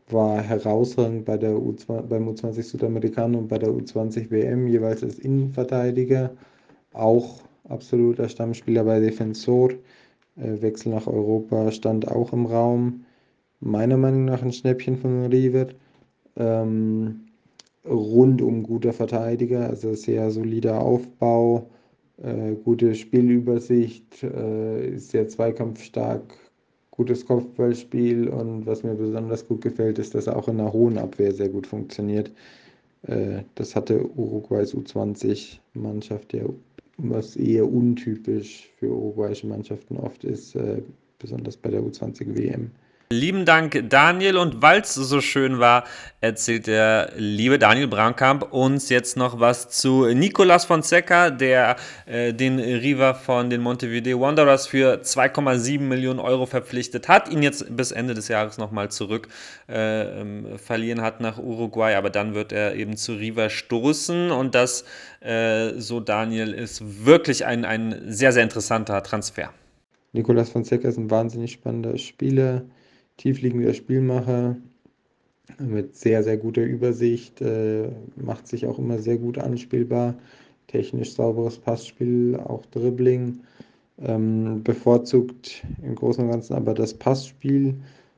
war herausragend bei der beim U20 Südamericano und bei der U20 WM, jeweils als Innenverteidiger, auch absoluter Stammspieler bei Defensor. Wechsel nach Europa stand auch im Raum. Meiner Meinung nach ein Schnäppchen von River. Ähm, Rundum guter Verteidiger, also sehr solider Aufbau, gute Spielübersicht, ist sehr zweikampfstark, gutes Kopfballspiel und was mir besonders gut gefällt, ist, dass er auch in einer hohen Abwehr sehr gut funktioniert. Das hatte Uruguays U20-Mannschaft ja, was eher untypisch für uruguayische Mannschaften oft ist, besonders bei der U20 WM. Lieben Dank, Daniel. Und weil es so schön war, erzählt der liebe Daniel Braunkamp uns jetzt noch was zu Nicolas Fonseca, der den River von den Montevideo Wanderers für 2,7 Millionen Euro verpflichtet hat, ihn jetzt bis Ende des Jahres nochmal zurück verliehen hat nach Uruguay, aber dann wird er eben zu River stoßen und das, so Daniel, ist wirklich ein sehr, sehr interessanter Transfer. Nicolas Fonseca ist ein wahnsinnig spannender Spieler, tiefliegender Spielmacher mit sehr, sehr guter Übersicht, macht sich auch immer sehr gut anspielbar, technisch sauberes Passspiel, auch Dribbling, bevorzugt im Großen und Ganzen aber das Passspiel,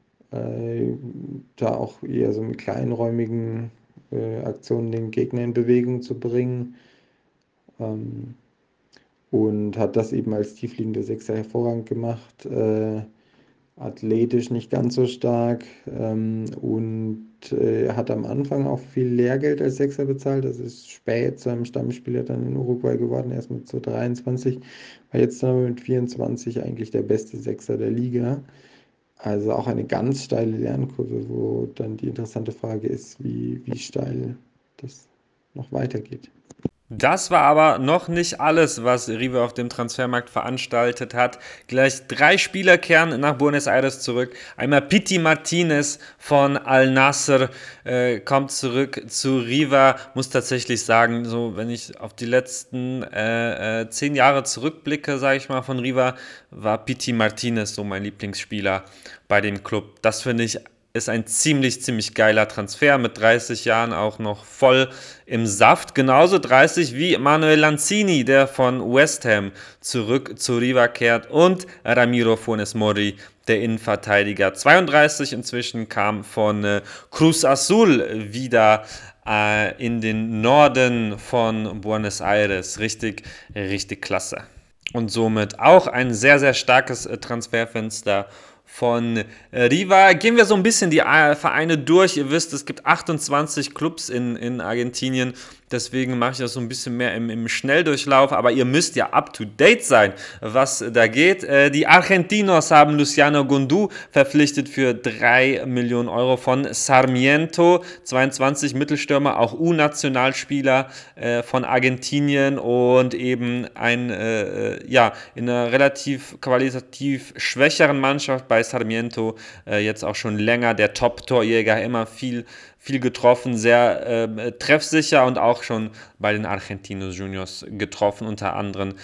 da auch eher so mit kleinräumigen Aktionen den Gegner in Bewegung zu bringen. Und hat das eben als tiefliegender Sechser hervorragend gemacht. Athletisch nicht ganz so stark und hat am Anfang auch viel Lehrgeld als Sechser bezahlt. Das ist spät zu einem Stammspieler dann in Uruguay geworden, erst mit so 23, war jetzt dann mit 24 eigentlich der beste Sechser der Liga. Also auch eine ganz steile Lernkurve, wo dann die interessante Frage ist, wie steil das noch weitergeht. Das war aber noch nicht alles, was River auf dem Transfermarkt veranstaltet hat. Gleich 3 Spieler kehren nach Buenos Aires zurück. Einmal Pity Martinez von Al Nassr kommt zurück zu River. Muss tatsächlich sagen, so wenn ich auf die letzten 10 Jahre zurückblicke, sage ich mal, von River, war Pity Martinez so mein Lieblingsspieler bei dem Club. Das finde ich ist ein ziemlich geiler Transfer, mit 30 Jahren auch noch voll im Saft. Genauso 30 wie Manuel Lanzini, der von West Ham zurück zu River kehrt, und Ramiro Funes Mori, der Innenverteidiger. 32 inzwischen, kam von Cruz Azul wieder in den Norden von Buenos Aires. Richtig klasse. Und somit auch ein sehr starkes Transferfenster von River. Gehen wir so ein bisschen die Vereine durch. Ihr wisst, es gibt 28 Clubs in Argentinien. Deswegen mache ich das so ein bisschen mehr im Schnelldurchlauf. Aber ihr müsst ja up-to-date sein, was da geht. Die Argentinos haben Luciano Gondú verpflichtet für 3 Millionen Euro von Sarmiento. 22 Mittelstürmer, auch U-Nationalspieler von Argentinien und eben in einer relativ qualitativ schwächeren Mannschaft bei Sarmiento jetzt auch schon länger der Top-Torjäger, immer viel getroffen, sehr treffsicher und auch schon bei den Argentinos Juniors getroffen, unter anderem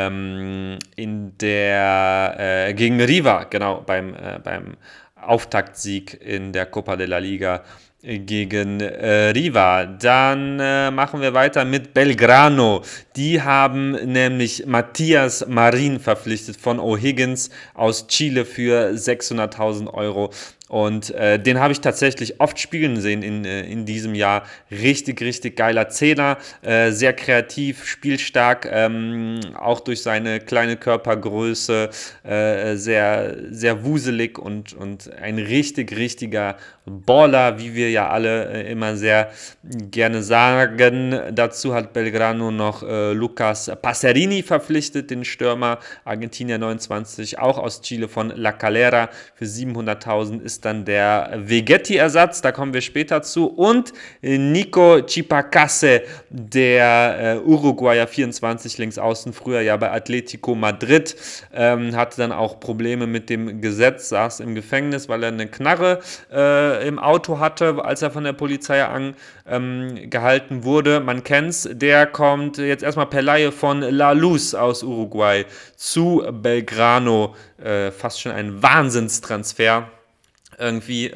gegen River, genau, beim Auftaktsieg in der Copa de la Liga gegen River. Dann machen wir weiter mit Belgrano. Die haben nämlich Matías Marín verpflichtet von O'Higgins aus Chile für 600.000 Euro. Und den habe ich tatsächlich oft spielen sehen in diesem Jahr. Richtig geiler Zehner, sehr kreativ, spielstark, auch durch seine kleine Körpergröße, sehr wuselig und ein richtiger Baller, wie wir ja alle immer sehr gerne sagen. Dazu hat Belgrano noch Lucas Passerini verpflichtet, den Stürmer, Argentinier 29, auch aus Chile von La Calera. Für 700.000 ist dann der Vegetti-Ersatz, da kommen wir später zu. Und Nico Chipacase, der Uruguayer 24, links außen, früher ja bei Atletico Madrid, hatte dann auch Probleme mit dem Gesetz, saß im Gefängnis, weil er eine Knarre im Auto hatte, als er von der Polizei gehalten wurde. Man kennt's, der kommt jetzt erstmal per Leihe von La Luz aus Uruguay zu Belgrano. Fast schon ein Wahnsinnstransfer. irgendwie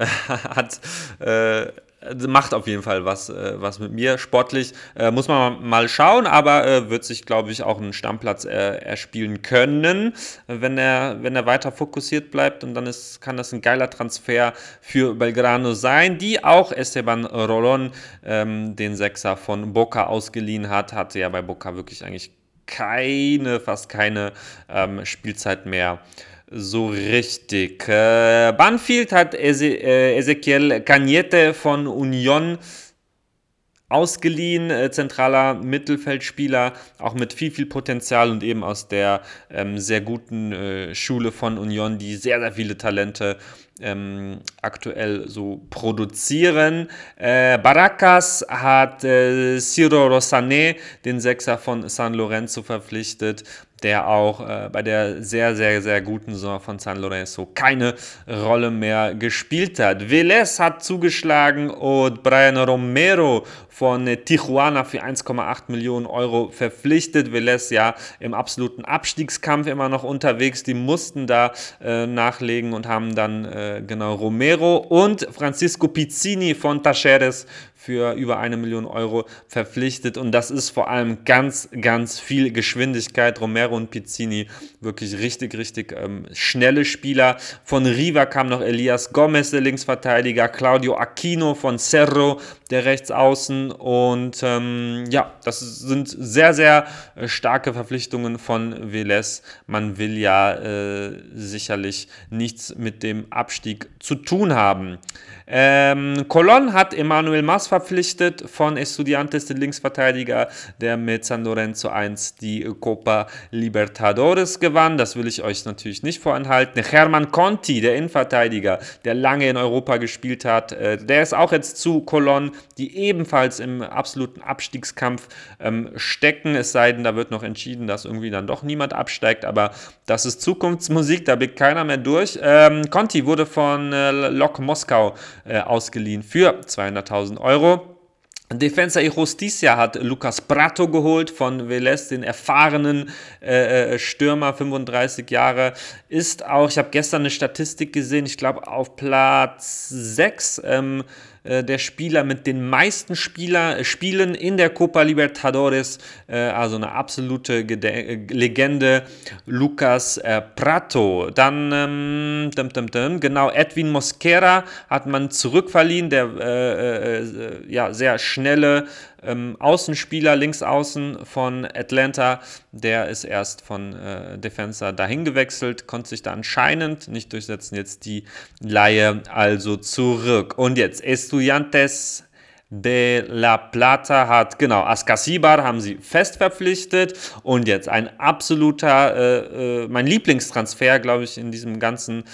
macht auf jeden Fall was mit mir. Sportlich muss man mal schauen, aber wird sich, glaube ich, auch einen Stammplatz erspielen können, wenn er weiter fokussiert bleibt. Und dann kann das ein geiler Transfer für Belgrano sein, die auch Esteban Rolón, den Sechser von Boca, ausgeliehen hat. Hatte ja bei Boca wirklich eigentlich fast keine Spielzeit mehr so richtig. Banfield hat Ezequiel Cañete von Union ausgeliehen, zentraler Mittelfeldspieler, auch mit viel Potenzial und eben aus der sehr guten Schule von Union, die sehr, sehr viele Talente aktuell so produzieren. Barracas hat Ciro Rosané, den Sechser von San Lorenzo, verpflichtet, der auch bei der sehr, sehr, sehr guten Saison von San Lorenzo keine Rolle mehr gespielt hat. Vélez hat zugeschlagen und Brian Romero von Tijuana für 1,8 Millionen Euro verpflichtet. Vélez ja im absoluten Abstiegskampf immer noch unterwegs. Die mussten da nachlegen und haben dann Romero und Francisco Pizzini von Talleres für über 1 Million Euro verpflichtet. Und das ist vor allem ganz, ganz viel Geschwindigkeit. Romero und Pizzini, wirklich richtig, richtig schnelle Spieler. Von River kam noch Elias Gomez, der Linksverteidiger, Claudio Aquino von Cerro, der Rechtsaußen. Und das sind sehr, sehr starke Verpflichtungen von Vélez. Man will ja sicherlich nichts mit dem Abstieg zu tun haben. Colón hat Emmanuel Mas verpflichtet von Estudiantes, den Linksverteidiger, der mit San Lorenzo 1 die Copa Libertadores gewann. Das will ich euch natürlich nicht vorenthalten. Germán Conti, der Innenverteidiger, der lange in Europa gespielt hat, der ist auch jetzt zu Colón, die ebenfalls im absoluten Abstiegskampf stecken. Es sei denn, da wird noch entschieden, dass irgendwie dann doch niemand absteigt, aber das ist Zukunftsmusik, da blickt keiner mehr durch. Conti wurde von Lok Moskau ausgeliehen für 200.000 Euro. Defensa y Justicia hat Lucas Prato geholt von Vélez, den erfahrenen Stürmer, 35 Jahre, ist auch, ich habe gestern eine Statistik gesehen, ich glaube auf Platz 6 der Spieler mit den meisten Spielen in der Copa Libertadores, also eine absolute Legende, Lucas Prato. Dann, genau, Edwin Mosquera hat man zurückverliehen, der sehr schnelle Außenspieler, Linksaußen von Atlanta, der ist erst von Defensa dahin gewechselt, konnte sich da anscheinend nicht durchsetzen, jetzt die Leihe also zurück. Und jetzt Estudiantes de La Plata hat, Ascasibar haben sie fest verpflichtet und jetzt ein absoluter, mein Lieblingstransfer, glaube ich, in diesem ganzen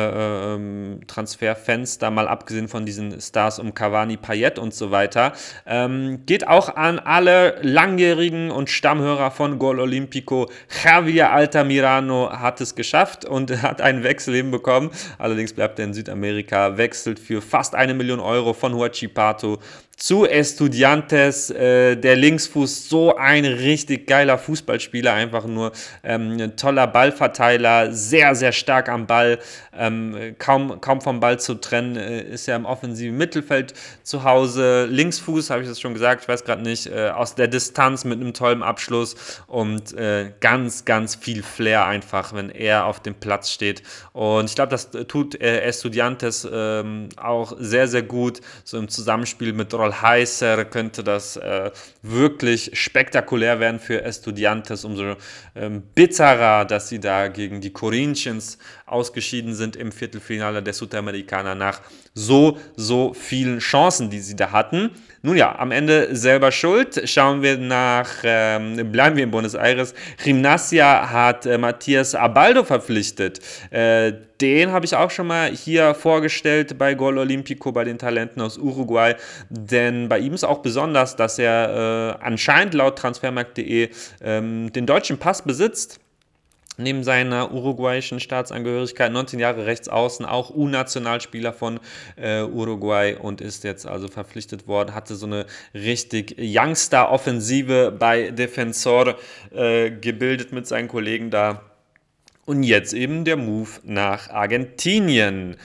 Transferfenster, mal abgesehen von diesen Stars um Cavani, Payet und so weiter, geht auch an alle langjährigen und Stammhörer von Gol Olímpico. Javier Altamirano hat es geschafft und hat einen Wechsel hinbekommen, allerdings bleibt er in Südamerika, wechselt für fast 1 Million Euro von Huachipato zu Estudiantes, der Linksfuß, so ein richtig geiler Fußballspieler, einfach nur ein toller Ballverteiler, sehr, sehr stark am Ball, kaum vom Ball zu trennen, ist ja im offensiven Mittelfeld zu Hause, Linksfuß, habe ich das schon gesagt, ich weiß gerade nicht, aus der Distanz mit einem tollen Abschluss und ganz, ganz viel Flair einfach, wenn er auf dem Platz steht, und ich glaube, das tut Estudiantes auch sehr, sehr gut, so im Zusammenspiel mit Heiser könnte das wirklich spektakulär werden für Estudiantes, umso bitterer, dass sie da gegen die Corinthians ausgeschieden sind im Viertelfinale der Sudamericana nach so vielen Chancen, die sie da hatten. Nun ja, am Ende selber schuld. Schauen wir bleiben wir in Buenos Aires. Gimnasia hat Matías Abaldo verpflichtet. Den habe ich auch schon mal hier vorgestellt bei Gol Olímpico, bei den Talenten aus Uruguay, denn bei ihm ist auch besonders, dass er anscheinend laut Transfermarkt.de den deutschen Pass besitzt. Neben seiner uruguayischen Staatsangehörigkeit, 19 Jahre rechts außen, auch U-Nationalspieler von Uruguay und ist jetzt also verpflichtet worden, hatte so eine richtig Youngster-Offensive bei Defensor gebildet mit seinen Kollegen da. Und jetzt eben der Move nach Argentinien.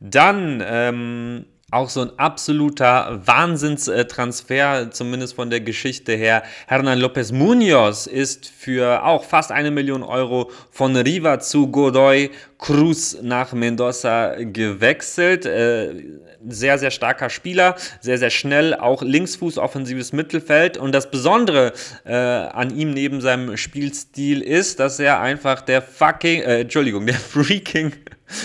Dann auch so ein absoluter Wahnsinnstransfer, zumindest von der Geschichte her. Hernan López Muñoz ist für auch fast 1 Million Euro von River zu Godoy Cruz nach Mendoza gewechselt. Sehr, sehr starker Spieler, sehr, sehr schnell, auch Linksfuß, offensives Mittelfeld. Und das Besondere an ihm neben seinem Spielstil ist, dass er einfach der freaking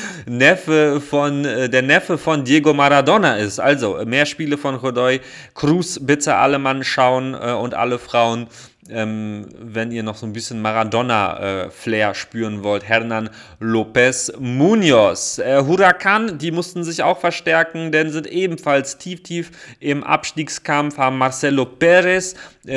der Neffe von Diego Maradona ist. Also mehr Spiele von Godoy Cruz bitte alle Mann schauen und alle Frauen, wenn ihr noch so ein bisschen Maradona-Flair spüren wollt. Hernan López Muñoz. Huracan, die mussten sich auch verstärken, denn sind ebenfalls tief im Abstiegskampf, haben Marcelo Pérez,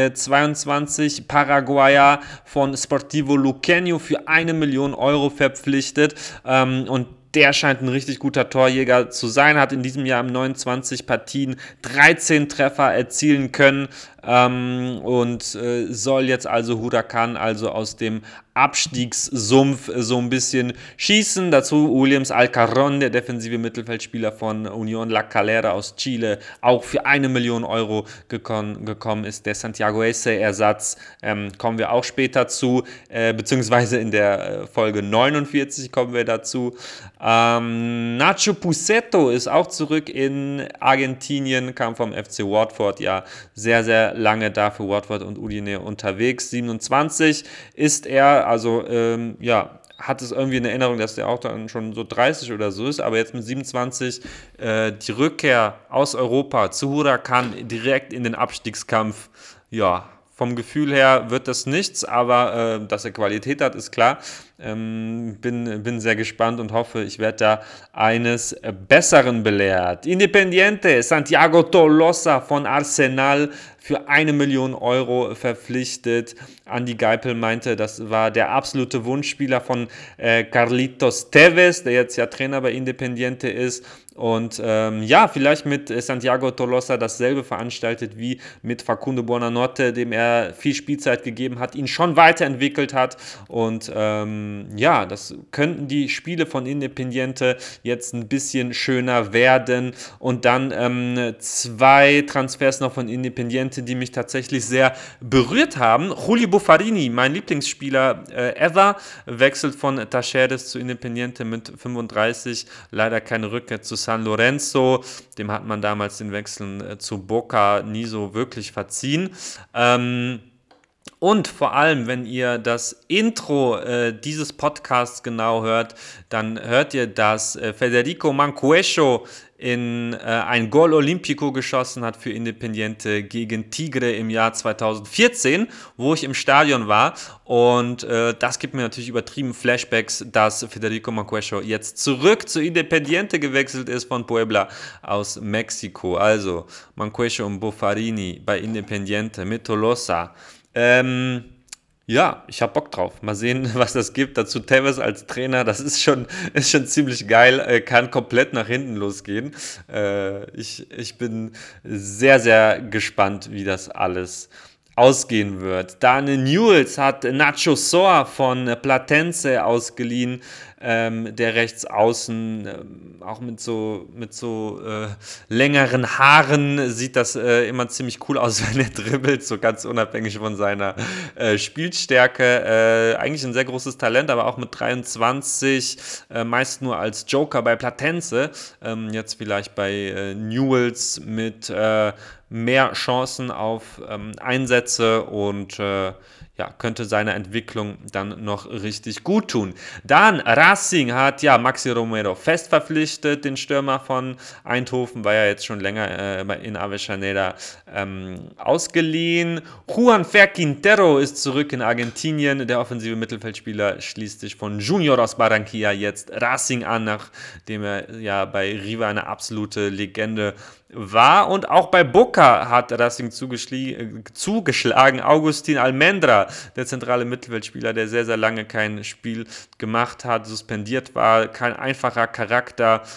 22, Paraguayer von Sportivo Luqueño für 1 Million Euro verpflichtet, und der scheint ein richtig guter Torjäger zu sein, hat in diesem Jahr in 29 Partien 13 Treffer erzielen können, und soll jetzt also Huracan also aus dem Abstiegssumpf so ein bisschen schießen. Dazu Williams Alcaron, der defensive Mittelfeldspieler von Unión La Calera aus Chile, auch für 1 Million Euro gekommen ist. Der Santiago Eze-Ersatz, kommen wir auch später zu, beziehungsweise in der Folge 49 kommen wir dazu. Nacho Pusetto ist auch zurück in Argentinien, kam vom FC Watford, ja, sehr, sehr lange da für Watford und Udine unterwegs. 27 ist er, also hat es irgendwie in Erinnerung, dass der auch dann schon so 30 oder so ist, aber jetzt mit 27 die Rückkehr aus Europa zu Huracan direkt in den Abstiegskampf, ja, vom Gefühl her wird das nichts, aber dass er Qualität hat, ist klar. Bin sehr gespannt und hoffe, ich werde da eines Besseren belehrt. Independiente, Santiago Tolosa von Arsenal für 1 Million Euro verpflichtet. Andi Geipel meinte, das war der absolute Wunschspieler von Carlitos Tevez, der jetzt ja Trainer bei Independiente ist. Und vielleicht mit Santiago Tolosa dasselbe veranstaltet wie mit Facundo Buonanotte, dem er viel Spielzeit gegeben hat, ihn schon weiterentwickelt hat. Und das könnten die Spiele von Independiente jetzt ein bisschen schöner werden. Und dann 2 Transfers noch von Independiente, die mich tatsächlich sehr berührt haben. Juli Buffarini, mein Lieblingsspieler ever, wechselt von Talleres zu Independiente mit 35. Leider keine Rückkehr zu San Lorenzo. Dem hat man damals den Wechsel zu Boca nie so wirklich verziehen. Und vor allem, wenn ihr das Intro dieses Podcasts genau hört, dann hört ihr, dass Federico Mancuello in ein Gol Olímpico geschossen hat für Independiente gegen Tigre im Jahr 2014, wo ich im Stadion war. Und das gibt mir natürlich übertrieben Flashbacks, dass Federico Mancuello jetzt zurück zu Independiente gewechselt ist von Puebla aus Mexiko. Also Mancuello und Buffarini bei Independiente mit Tolosa. Ich habe Bock drauf. Mal sehen, was das gibt. Dazu Tevez als Trainer, das ist schon ziemlich geil. Kann komplett nach hinten losgehen. Ich bin sehr, sehr gespannt, wie das alles ausgehen wird. Dann Newell's hat Nacho Soa von Platense ausgeliehen, der Rechtsaußen, auch mit so längeren Haaren sieht das immer ziemlich cool aus, wenn er dribbelt, so ganz unabhängig von seiner Spielstärke. Eigentlich ein sehr großes Talent, aber auch mit 23, meist nur als Joker bei Platense, jetzt vielleicht bei Newell's mit mehr Chancen auf Einsätze und könnte seine Entwicklung dann noch richtig gut tun. Dann Racing hat Maxi Romero fest verpflichtet, den Stürmer von Eindhoven, war ja jetzt schon länger in Avellaneda ausgeliehen. Juan Fer Quintero ist zurück in Argentinien. Der offensive Mittelfeldspieler schließt sich von Junior aus Barranquilla jetzt Racing an, nachdem er bei River eine absolute Legende war. Und auch bei Boca hat Racing zugeschlagen. Agustín Almendra, der zentrale Mittelfeldspieler, der sehr, sehr lange kein Spiel gemacht hat, suspendiert war, kein einfacher Charakter,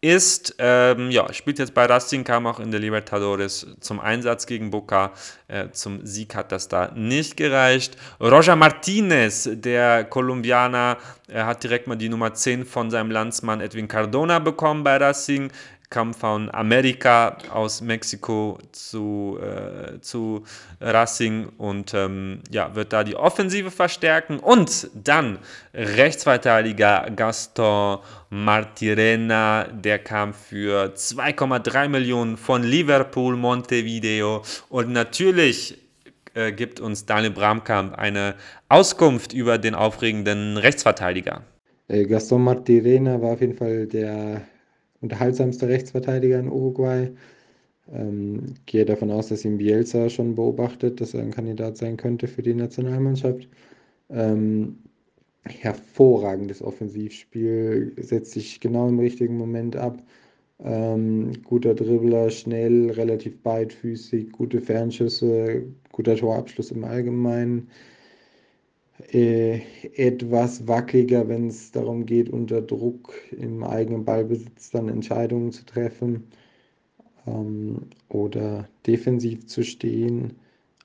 ist. Spielt jetzt bei Racing, kam auch in der Libertadores zum Einsatz gegen Boca. Zum Sieg hat das da nicht gereicht. Roger Martinez, der Kolumbianer, hat direkt mal die Nummer 10 von seinem Landsmann Edwin Cardona bekommen bei Racing. Kam von Amerika aus Mexiko zu Racing und wird da die Offensive verstärken. Und dann Rechtsverteidiger Gaston Martirena, der kam für 2,3 Millionen von Liverpool Montevideo. Und natürlich gibt uns Daniel Bramkamp eine Auskunft über den aufregenden Rechtsverteidiger. Gaston Martirena war auf jeden Fall der unterhaltsamste Rechtsverteidiger in Uruguay. Gehe davon aus, dass ihn Bielsa schon beobachtet, dass er ein Kandidat sein könnte für die Nationalmannschaft. Hervorragendes Offensivspiel, setzt sich genau im richtigen Moment ab. Guter Dribbler, schnell, relativ beidfüßig, gute Fernschüsse, guter Torabschluss im Allgemeinen. Etwas wackeliger, wenn es darum geht, unter Druck im eigenen Ballbesitz dann Entscheidungen zu treffen oder defensiv zu stehen.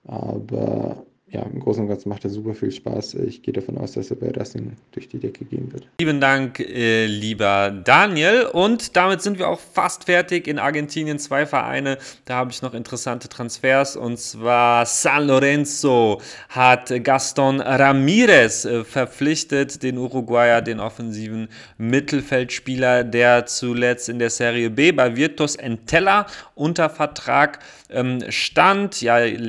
Aber ja, im Großen und Ganzen macht er super viel Spaß. Ich gehe davon aus, dass er bei Racing durch die Decke gehen wird. Vielen Dank, lieber Daniel. Und damit sind wir auch fast fertig. In Argentinien 2 Vereine. Da habe ich noch interessante Transfers. Und zwar San Lorenzo hat Gaston Ramirez verpflichtet, den Uruguayer, den offensiven Mittelfeldspieler, der zuletzt in der Serie B bei Virtus Entella unter Vertrag stand.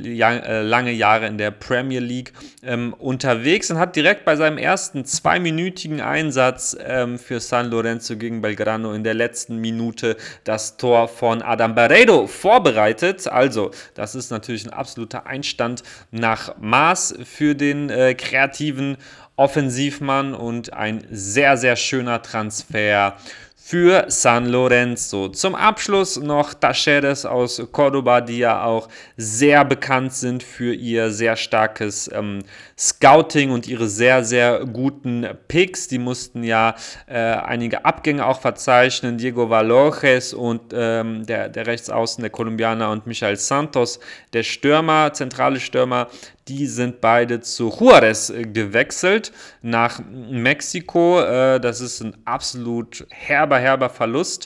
Lange Jahre in der Premier League unterwegs und hat direkt bei seinem ersten 2-minütigen Einsatz für San Lorenzo gegen Belgrano in der letzten Minute das Tor von Adam Barreiro vorbereitet. Also, das ist natürlich ein absoluter Einstand nach Maß für den kreativen Offensivmann und ein sehr, sehr schöner Transfer für San Lorenzo. Zum Abschluss noch Talleres aus Córdoba, die ja auch sehr bekannt sind für ihr sehr starkes Scouting und ihre sehr, sehr guten Picks. Die mussten ja einige Abgänge auch verzeichnen. Diego Valores und der Rechtsaußen, der Kolumbianer, und Michael Santos, der Stürmer, zentrale Stürmer. Die sind beide zu Juárez gewechselt nach Mexiko. Das ist ein absolut herber Verlust.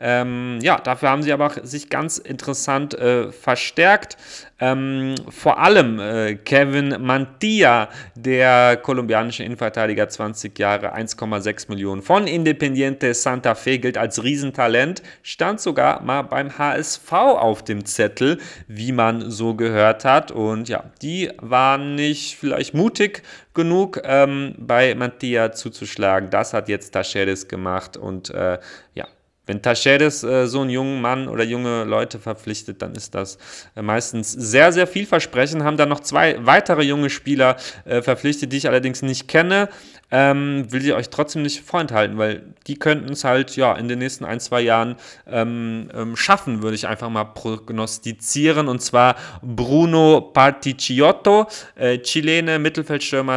Dafür haben sie aber sich ganz interessant verstärkt. Vor allem Kevin Mantilla, der kolumbianische Innenverteidiger, 20 Jahre, 1,6 Millionen von Independiente Santa Fe, gilt als Riesentalent, stand sogar mal beim HSV auf dem Zettel, wie man so gehört hat. Und ja, die waren nicht vielleicht mutig genug, bei Mantilla zuzuschlagen. Das hat jetzt Talleres gemacht und wenn Talleres so einen jungen Mann oder junge Leute verpflichtet, dann ist das meistens sehr, sehr vielversprechend. Haben dann noch 2 weitere junge Spieler verpflichtet, die ich allerdings nicht kenne. Will ich euch trotzdem nicht vorenthalten, weil die könnten es halt in den nächsten 1-2 Jahren schaffen, würde ich einfach mal prognostizieren. Und zwar Bruno Particciotto, Chilene, Mittelfeldstürmer,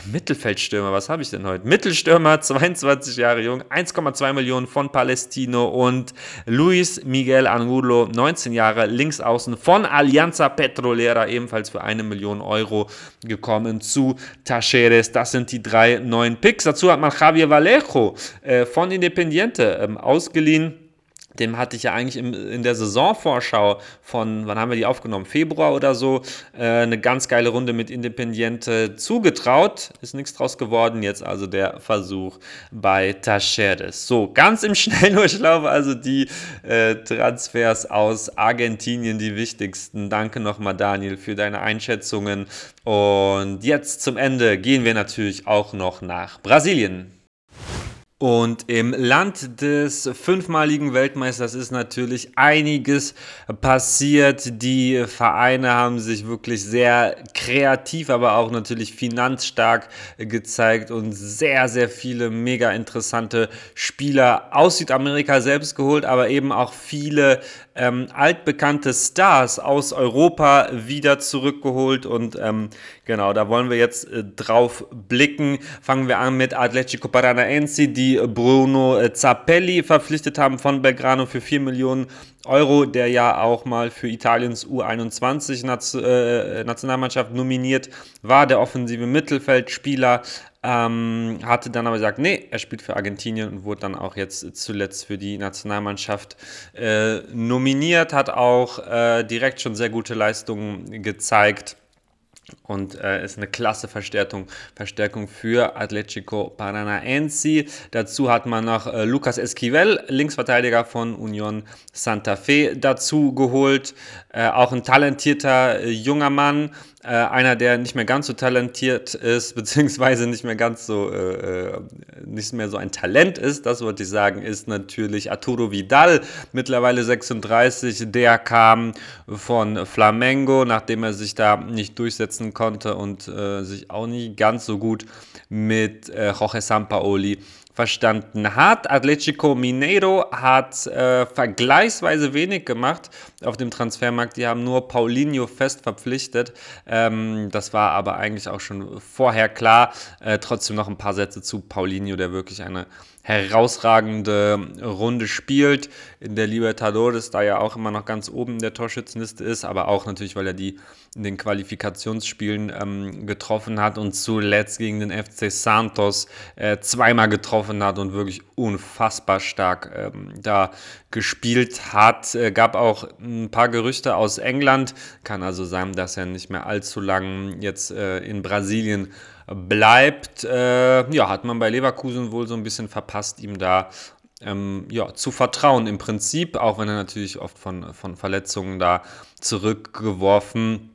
was habe ich denn heute? Mittelstürmer, 22 Jahre jung, 1,2 Millionen von Palestino, und Luis Miguel Angulo, 19 Jahre, Linksaußen von Alianza Petrolera, ebenfalls für 1 Million Euro gekommen zu Talleres. Das sind die 3 neuen Picks. Dazu hat man Javier Vallejo von Independiente ausgeliehen. Dem hatte ich ja eigentlich in der Saisonvorschau von, wann haben wir die aufgenommen? Februar oder so, eine ganz geile Runde mit Independiente zugetraut. Ist nichts draus geworden, jetzt also der Versuch bei Talleres. So, ganz im Schnelldurchlauf also die Transfers aus Argentinien, die wichtigsten. Danke nochmal, Daniel, für deine Einschätzungen. Und jetzt zum Ende gehen wir natürlich auch noch nach Brasilien. Und im Land des 5-maligen Weltmeisters ist natürlich einiges passiert. Die Vereine haben sich wirklich sehr kreativ, aber auch natürlich finanzstark gezeigt und sehr, sehr viele mega interessante Spieler aus Südamerika selbst geholt, aber eben auch viele altbekannte Stars aus Europa wieder zurückgeholt. Und genau, da wollen wir jetzt drauf blicken. Fangen wir an mit Atlético Paranaense, die die Bruno Zappelli verpflichtet haben von Belgrano für 4 Millionen Euro, der ja auch mal für Italiens U21-Nationalmannschaft nominiert war, der offensive Mittelfeldspieler. Hatte dann aber gesagt, nee, er spielt für Argentinien und wurde dann auch jetzt zuletzt für die Nationalmannschaft nominiert, hat auch direkt schon sehr gute Leistungen gezeigt. Und ist eine klasse Verstärkung für Atlético Paranaense. Dazu hat man noch Lucas Esquivel, Linksverteidiger von Unión Santa Fe, dazu geholt. Auch ein talentierter junger Mann. Einer, der nicht mehr ganz so talentiert ist, beziehungsweise nicht mehr so ein Talent ist, das wollte ich sagen, ist natürlich Arturo Vidal, mittlerweile 36, der kam von Flamengo, nachdem er sich da nicht durchsetzen konnte und sich auch nicht ganz so gut mit Jorge Sampaoli verstanden hat. Atlético Mineiro hat vergleichsweise wenig gemacht auf dem Transfermarkt. Die haben nur Paulinho fest verpflichtet. Das war aber eigentlich auch schon vorher klar. Trotzdem noch ein paar Sätze zu Paulinho, der wirklich eine herausragende Runde spielt. In der Libertadores, da ja auch immer noch ganz oben in der Torschützenliste ist, aber auch natürlich, weil er die in den Qualifikationsspielen getroffen hat und zuletzt gegen den FC Santos zweimal getroffen hat und wirklich unfassbar stark da gespielt hat. Gab auch ein paar Gerüchte aus England. Kann also sein, dass er nicht mehr allzu lang jetzt in Brasilien bleibt. Hat man bei Leverkusen wohl so ein bisschen verpasst, ihm da zu vertrauen im Prinzip, auch wenn er natürlich oft von Verletzungen da zurückgeworfen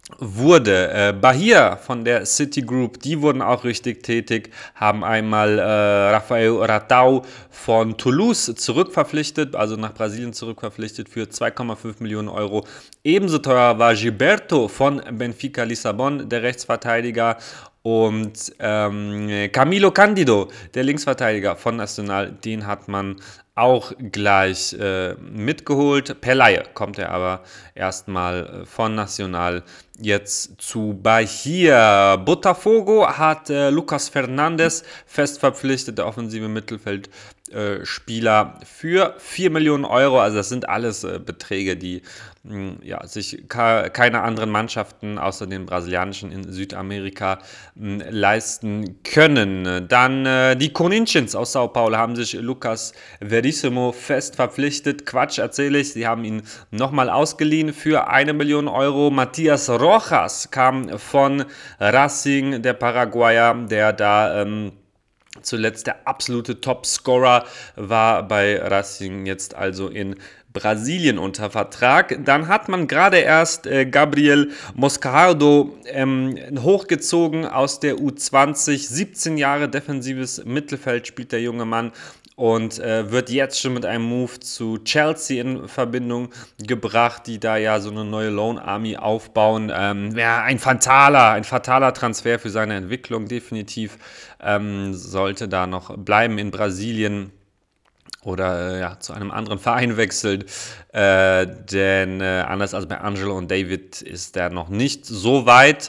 wurde. Bahia von der Citigroup, die wurden auch richtig tätig, haben einmal Rafael Ratau von Toulouse zurückverpflichtet, also nach Brasilien zurückverpflichtet für 2,5 Millionen Euro. Ebenso teuer war Gilberto von Benfica Lissabon, der Rechtsverteidiger, und Camilo Cândido, der Linksverteidiger von Nacional, den hat man auch gleich mitgeholt. Per Leihe kommt er aber erstmal von Nacional jetzt zu Bahia. Botafogo hat Lucas Fernandes fest verpflichtet, der offensive Mittelfeldspieler für 4 Millionen Euro. Also das sind alles Beträge, die sich keine anderen Mannschaften außer den brasilianischen in Südamerika leisten können. Dann die Corinthians aus Sao Paulo haben sich Lucas Verissimo fest verpflichtet. Quatsch, erzähle ich. Sie haben ihn nochmal ausgeliehen für 1 Million Euro. Matías Rojas kam von Racing, der Paraguayer, der da zuletzt der absolute Topscorer war bei Racing, jetzt also in Brasilien unter Vertrag. Dann hat man gerade erst Gabriel Moscardo hochgezogen aus der U20. 17 Jahre defensives Mittelfeld spielt der junge Mann und wird jetzt schon mit einem Move zu Chelsea in Verbindung gebracht, die da ja so eine neue Lone Army aufbauen. Ein fataler Transfer für seine Entwicklung, definitiv. Sollte da noch bleiben in Brasilien oder zu einem anderen Verein wechseln, denn anders als bei Angelo und David ist der noch nicht so weit.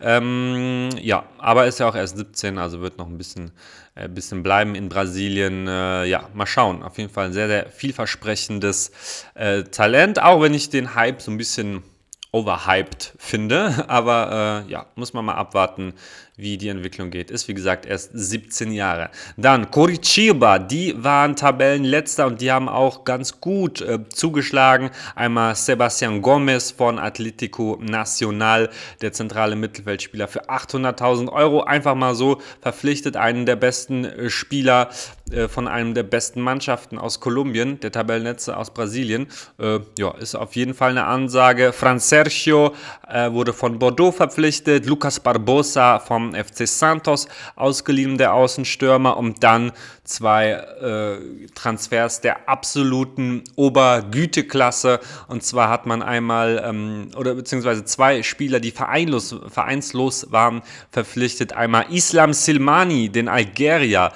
Aber ist ja auch erst 17, also wird noch ein bisschen bleiben in Brasilien. Mal schauen. Auf jeden Fall ein sehr, sehr vielversprechendes Talent, auch wenn ich den Hype so ein bisschen overhyped finde, aber muss man mal abwarten, wie die Entwicklung geht. Ist wie gesagt erst 17 Jahre. Dann Coritiba, die waren Tabellenletzter und die haben auch ganz gut zugeschlagen. Einmal Sebastián Gómez von Atlético Nacional, der zentrale Mittelfeldspieler, für 800.000 Euro einfach mal so verpflichtet, einen der besten Spieler von einem der besten Mannschaften aus Kolumbien, der Tabellenletzter aus Brasilien. Ist auf jeden Fall eine Ansage. Fran Sergio wurde von Bordeaux verpflichtet, Lucas Barbosa vom FC Santos ausgeliehen, der Außenstürmer, und dann zwei Transfers der absoluten Obergüteklasse, und zwar hat man einmal beziehungsweise zwei Spieler, die vereinslos waren, verpflichtet. Einmal Islam Silmani, den Algerier,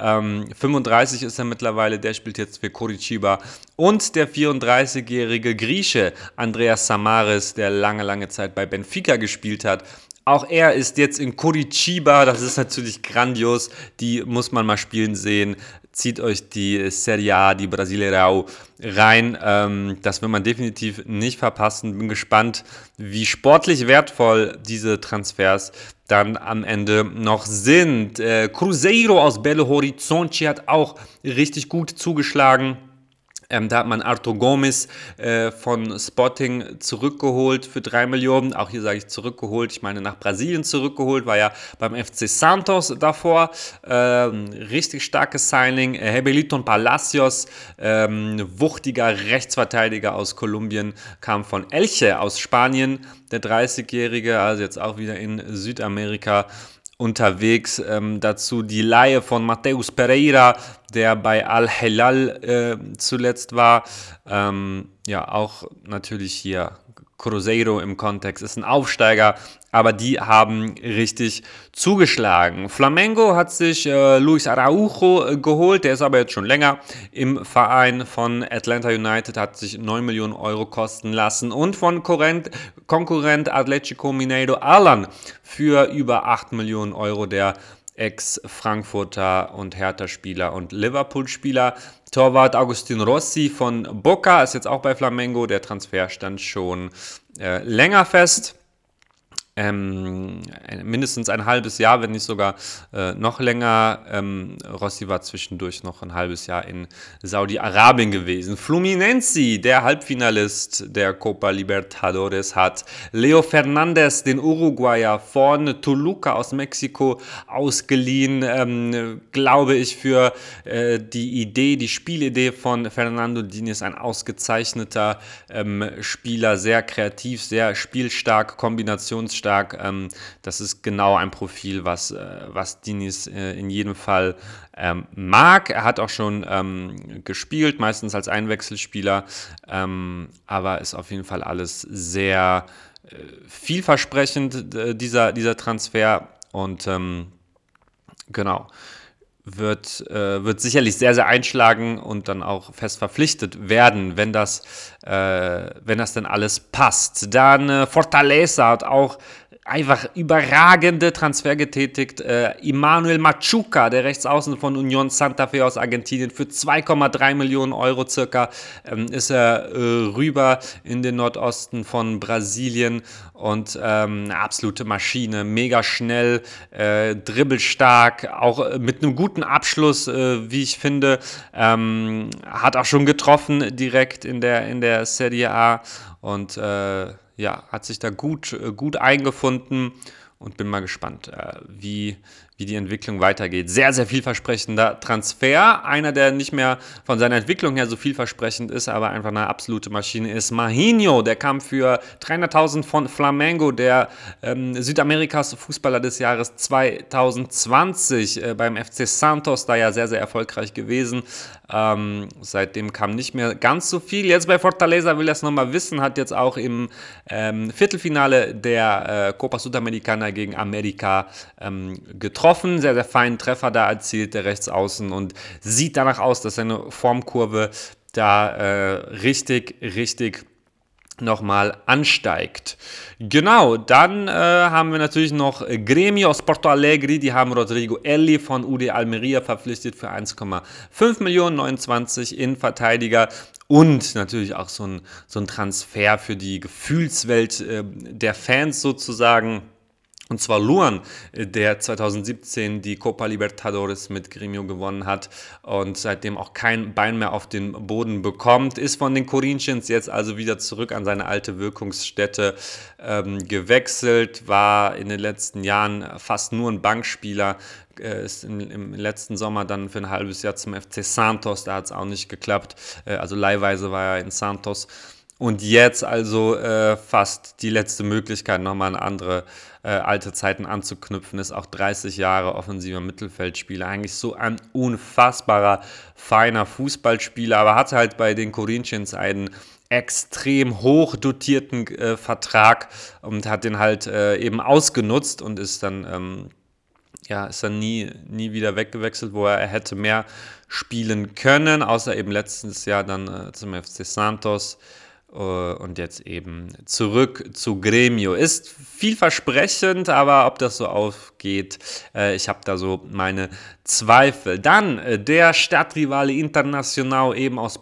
35 ist er mittlerweile, der spielt jetzt für Coritiba, und der 34-jährige Grieche Andreas Samaris, der lange Zeit bei Benfica gespielt hat. Auch er ist jetzt in Coritiba, das ist natürlich grandios, die muss man mal spielen sehen. zieht euch die Serie A, die Brasileirão rein. Das will man definitiv nicht verpassen. Bin gespannt, wie sportlich wertvoll diese Transfers dann am Ende noch sind. Cruzeiro aus Belo Horizonte hat auch richtig gut zugeschlagen. Da hat man Arthur Gomes von Sporting zurückgeholt für 3 Millionen. Auch hier sage ich zurückgeholt. Ich meine nach Brasilien zurückgeholt. War ja beim FC Santos davor. Richtig starkes Signing. Hebeliton Palacios, wuchtiger Rechtsverteidiger aus Kolumbien, kam von Elche aus Spanien. Der 30-Jährige, also jetzt auch wieder in Südamerika unterwegs. Dazu die Leihe von Mateus Pereira, der bei Al-Hilal zuletzt war. Ja, auch natürlich hier Cruzeiro im Kontext ist ein Aufsteiger, aber die haben richtig zugeschlagen. Flamengo hat sich Luis Araujo geholt, der ist aber jetzt schon länger im Verein von Atlanta United, hat sich 9 Millionen Euro kosten lassen und von Konkurrent Atlético Mineiro Alan für über 8 Millionen Euro, der Ex-Frankfurter und Hertha-Spieler und Liverpool-Spieler. Torwart Agustin Rossi von Boca ist jetzt auch bei Flamengo. Der Transfer stand schon länger fest. Mindestens ein halbes Jahr, wenn nicht sogar noch länger. Rossi war zwischendurch noch ein halbes Jahr in Saudi-Arabien gewesen. Fluminense, der Halbfinalist der Copa Libertadores, hat Leo Fernandes, den Uruguayer von Toluca aus Mexiko, ausgeliehen. Glaube ich, für die Spielidee von Fernando Diniz, ein ausgezeichneter Spieler, sehr kreativ, sehr spielstark, kombinationsstark. Das ist genau ein Profil, was Diniz in jedem Fall mag. Er hat auch schon gespielt, meistens als Einwechselspieler, aber ist auf jeden Fall alles sehr vielversprechend, dieser Transfer. Und genau, wird sicherlich sehr, sehr einschlagen und dann auch fest verpflichtet werden, wenn das denn alles passt. Dann Fortaleza hat auch einfach überragende Transfer getätigt. Emmanuel Machuca, der Rechtsaußen von Unión Santa Fe aus Argentinien, für 2,3 Millionen Euro circa ist er rüber in den Nordosten von Brasilien und eine absolute Maschine, mega schnell, dribbelstark, auch mit einem guten Abschluss, wie ich finde, hat auch schon getroffen direkt in der Serie A und hat sich da gut eingefunden und bin mal gespannt, wie die Entwicklung weitergeht. Sehr, sehr vielversprechender Transfer. Einer, der nicht mehr von seiner Entwicklung her so vielversprechend ist, aber einfach eine absolute Maschine ist. Mahinho, der kam für 300.000 von Flamengo, der Südamerikas Fußballer des Jahres 2020 beim FC Santos, da ja sehr, sehr erfolgreich gewesen. Seitdem kam nicht mehr ganz so viel. Jetzt bei Fortaleza will er es nochmal wissen, hat jetzt auch im Viertelfinale der Copa Sudamericana gegen Amerika getroffen. Sehr, sehr feinen Treffer da erzielt, der Rechtsaußen, und sieht danach aus, dass seine Formkurve da richtig nochmal ansteigt. Genau, dann haben wir natürlich noch Grêmio aus Porto Alegre, die haben Rodrigo Elli von UD Almeria verpflichtet für 1,5 Millionen, 29 Innenverteidiger. Und natürlich auch so ein Transfer für die Gefühlswelt der Fans sozusagen. Und zwar Luan, der 2017 die Copa Libertadores mit Grêmio gewonnen hat und seitdem auch kein Bein mehr auf den Boden bekommt, ist von den Corinthians jetzt also wieder zurück an seine alte Wirkungsstätte gewechselt, war in den letzten Jahren fast nur ein Bankspieler, ist im letzten Sommer dann für ein halbes Jahr zum FC Santos, da hat es auch nicht geklappt, also leihweise war er in Santos. Und jetzt also fast die letzte Möglichkeit, nochmal an andere alte Zeiten anzuknüpfen, ist auch 30 Jahre offensiver Mittelfeldspieler. Eigentlich so ein unfassbarer, feiner Fußballspieler, aber hatte halt bei den Corinthians einen extrem hoch dotierten Vertrag und hat den halt eben ausgenutzt und ist dann nie wieder weggewechselt, wo er hätte mehr spielen können, außer eben letztes Jahr dann zum FC Santos. und jetzt eben zurück zu Grêmio. Ist vielversprechend, aber ob das so aufgeht, ich habe da so meine Zweifel. Dann der Stadtrivale Internacional, ebenfalls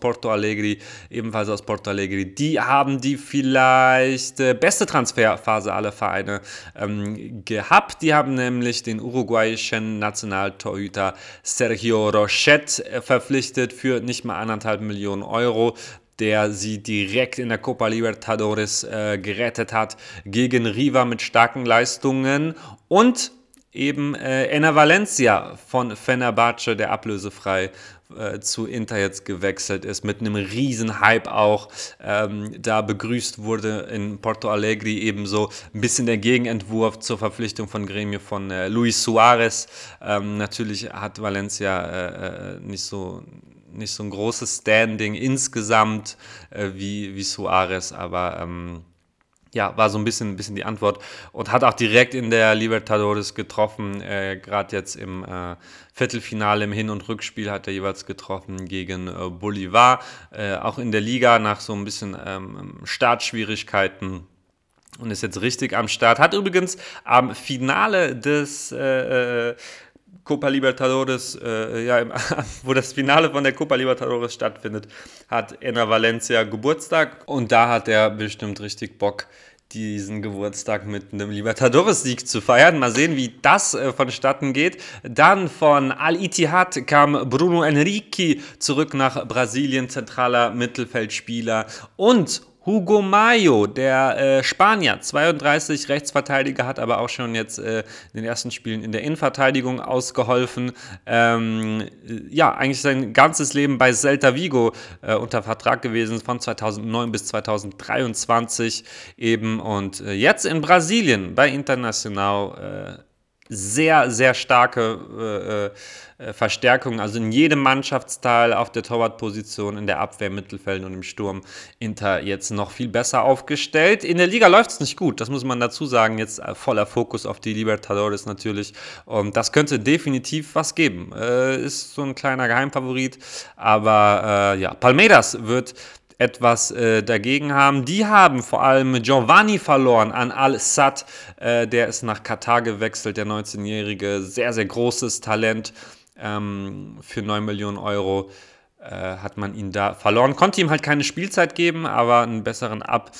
aus Porto Alegre. Die haben die vielleicht beste Transferphase aller Vereine gehabt. Die haben nämlich den uruguayischen Nationaltorhüter Sergio Rochet verpflichtet für nicht mal 1,5 Millionen Euro, der sie direkt in der Copa Libertadores gerettet hat gegen River mit starken Leistungen, und eben Enner Valencia von Fenerbahce, der ablösefrei zu Inter jetzt gewechselt ist, mit einem riesen Hype auch da begrüßt wurde in Porto Alegre, ebenso ein bisschen der Gegenentwurf zur Verpflichtung von Grêmio von Luis Suarez. Natürlich hat Valencia nicht so ein großes Standing insgesamt wie Suarez, aber war so ein bisschen die Antwort, und hat auch direkt in der Libertadores getroffen, gerade jetzt im Viertelfinale, im Hin- und Rückspiel hat er jeweils getroffen gegen Bolívar, auch in der Liga nach so ein bisschen Startschwierigkeiten, und ist jetzt richtig am Start. Hat übrigens am Finale des Copa Libertadores, wo das Finale von der Copa Libertadores stattfindet, hat Enner Valencia Geburtstag, und da hat er bestimmt richtig Bock, diesen Geburtstag mit einem Libertadores-Sieg zu feiern. Mal sehen, wie das vonstatten geht. Dann von Al-Ittihad kam Bruno Henrique zurück nach Brasilien, zentraler Mittelfeldspieler, und Hugo Mayo, der Spanier, 32, Rechtsverteidiger, hat aber auch schon jetzt in den ersten Spielen in der Innenverteidigung ausgeholfen. Eigentlich sein ganzes Leben bei Celta Vigo unter Vertrag gewesen, von 2009 bis 2023 eben. Und jetzt in Brasilien bei Internacional sehr, sehr starke Verstärkung, also in jedem Mannschaftsteil, auf der Torwartposition, in der Abwehr, im Mittelfeld und im Sturm. Inter jetzt noch viel besser aufgestellt. In der Liga läuft es nicht gut, das muss man dazu sagen. Jetzt voller Fokus auf die Libertadores natürlich. Und das könnte definitiv was geben. Ist so ein kleiner Geheimfavorit, aber Palmeiras wird etwas dagegen haben. Die haben vor allem Giovanni verloren an Al-Sadd, der ist nach Katar gewechselt, der 19-jährige, sehr, sehr großes Talent, für 9 Millionen Euro hat man ihn da verloren. Konnte ihm halt keine Spielzeit geben, aber einen besseren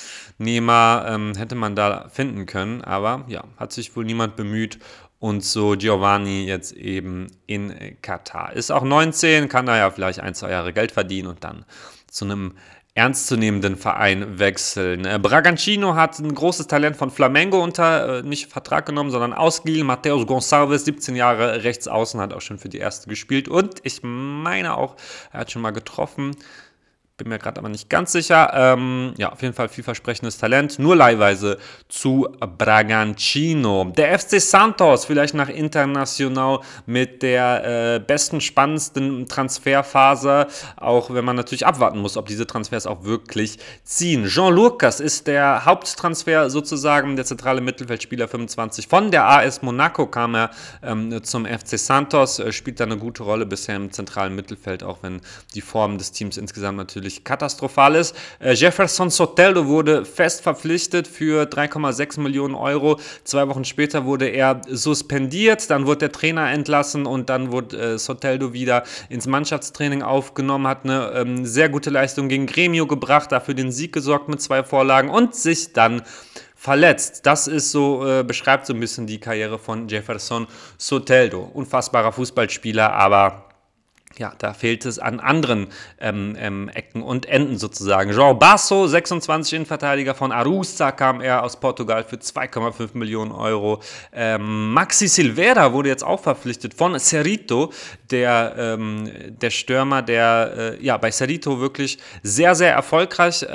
Abnehmer hätte man da finden können, aber hat sich wohl niemand bemüht. Und so Giovanni jetzt eben in Katar. Ist auch 19, kann da ja vielleicht 1-2 Jahre Geld verdienen und dann zu einem ernstzunehmenden Verein wechseln. Bragantino hat ein großes Talent von Flamengo nicht Vertrag genommen, sondern ausgeliehen. Mateus Gonçalves, 17 Jahre rechts außen, hat auch schon für die erste gespielt. Und ich meine auch, er hat schon mal getroffen. Bin mir gerade aber nicht ganz sicher. Auf jeden Fall vielversprechendes Talent. Nur leihweise zu Bragantino. Der FC Santos, vielleicht nach Internacional mit der besten, spannendsten Transferphase. Auch wenn man natürlich abwarten muss, ob diese Transfers auch wirklich ziehen. Jean Lucas ist der Haupttransfer sozusagen, der zentrale Mittelfeldspieler, 25. Von der AS Monaco kam er zum FC Santos. Spielt da eine gute Rolle bisher im zentralen Mittelfeld, auch wenn die Form des Teams insgesamt natürlich katastrophal ist. Jefferson Soteldo wurde fest verpflichtet für 3,6 Millionen Euro. 2 Wochen später wurde er suspendiert, dann wurde der Trainer entlassen und dann wurde Soteldo wieder ins Mannschaftstraining aufgenommen, hat eine sehr gute Leistung gegen Grêmio gebracht, dafür den Sieg gesorgt mit 2 Vorlagen und sich dann verletzt. Das ist so, beschreibt so ein bisschen die Karriere von Jefferson Soteldo. Unfassbarer Fußballspieler, aber da fehlt es an anderen Ecken und Enden sozusagen. João Basso, 26, Innenverteidiger von Arousa, kam er aus Portugal für 2,5 Millionen Euro. Maxi Silveira wurde jetzt auch verpflichtet von Cerrito, der Stürmer, der bei Cerrito wirklich sehr, sehr erfolgreich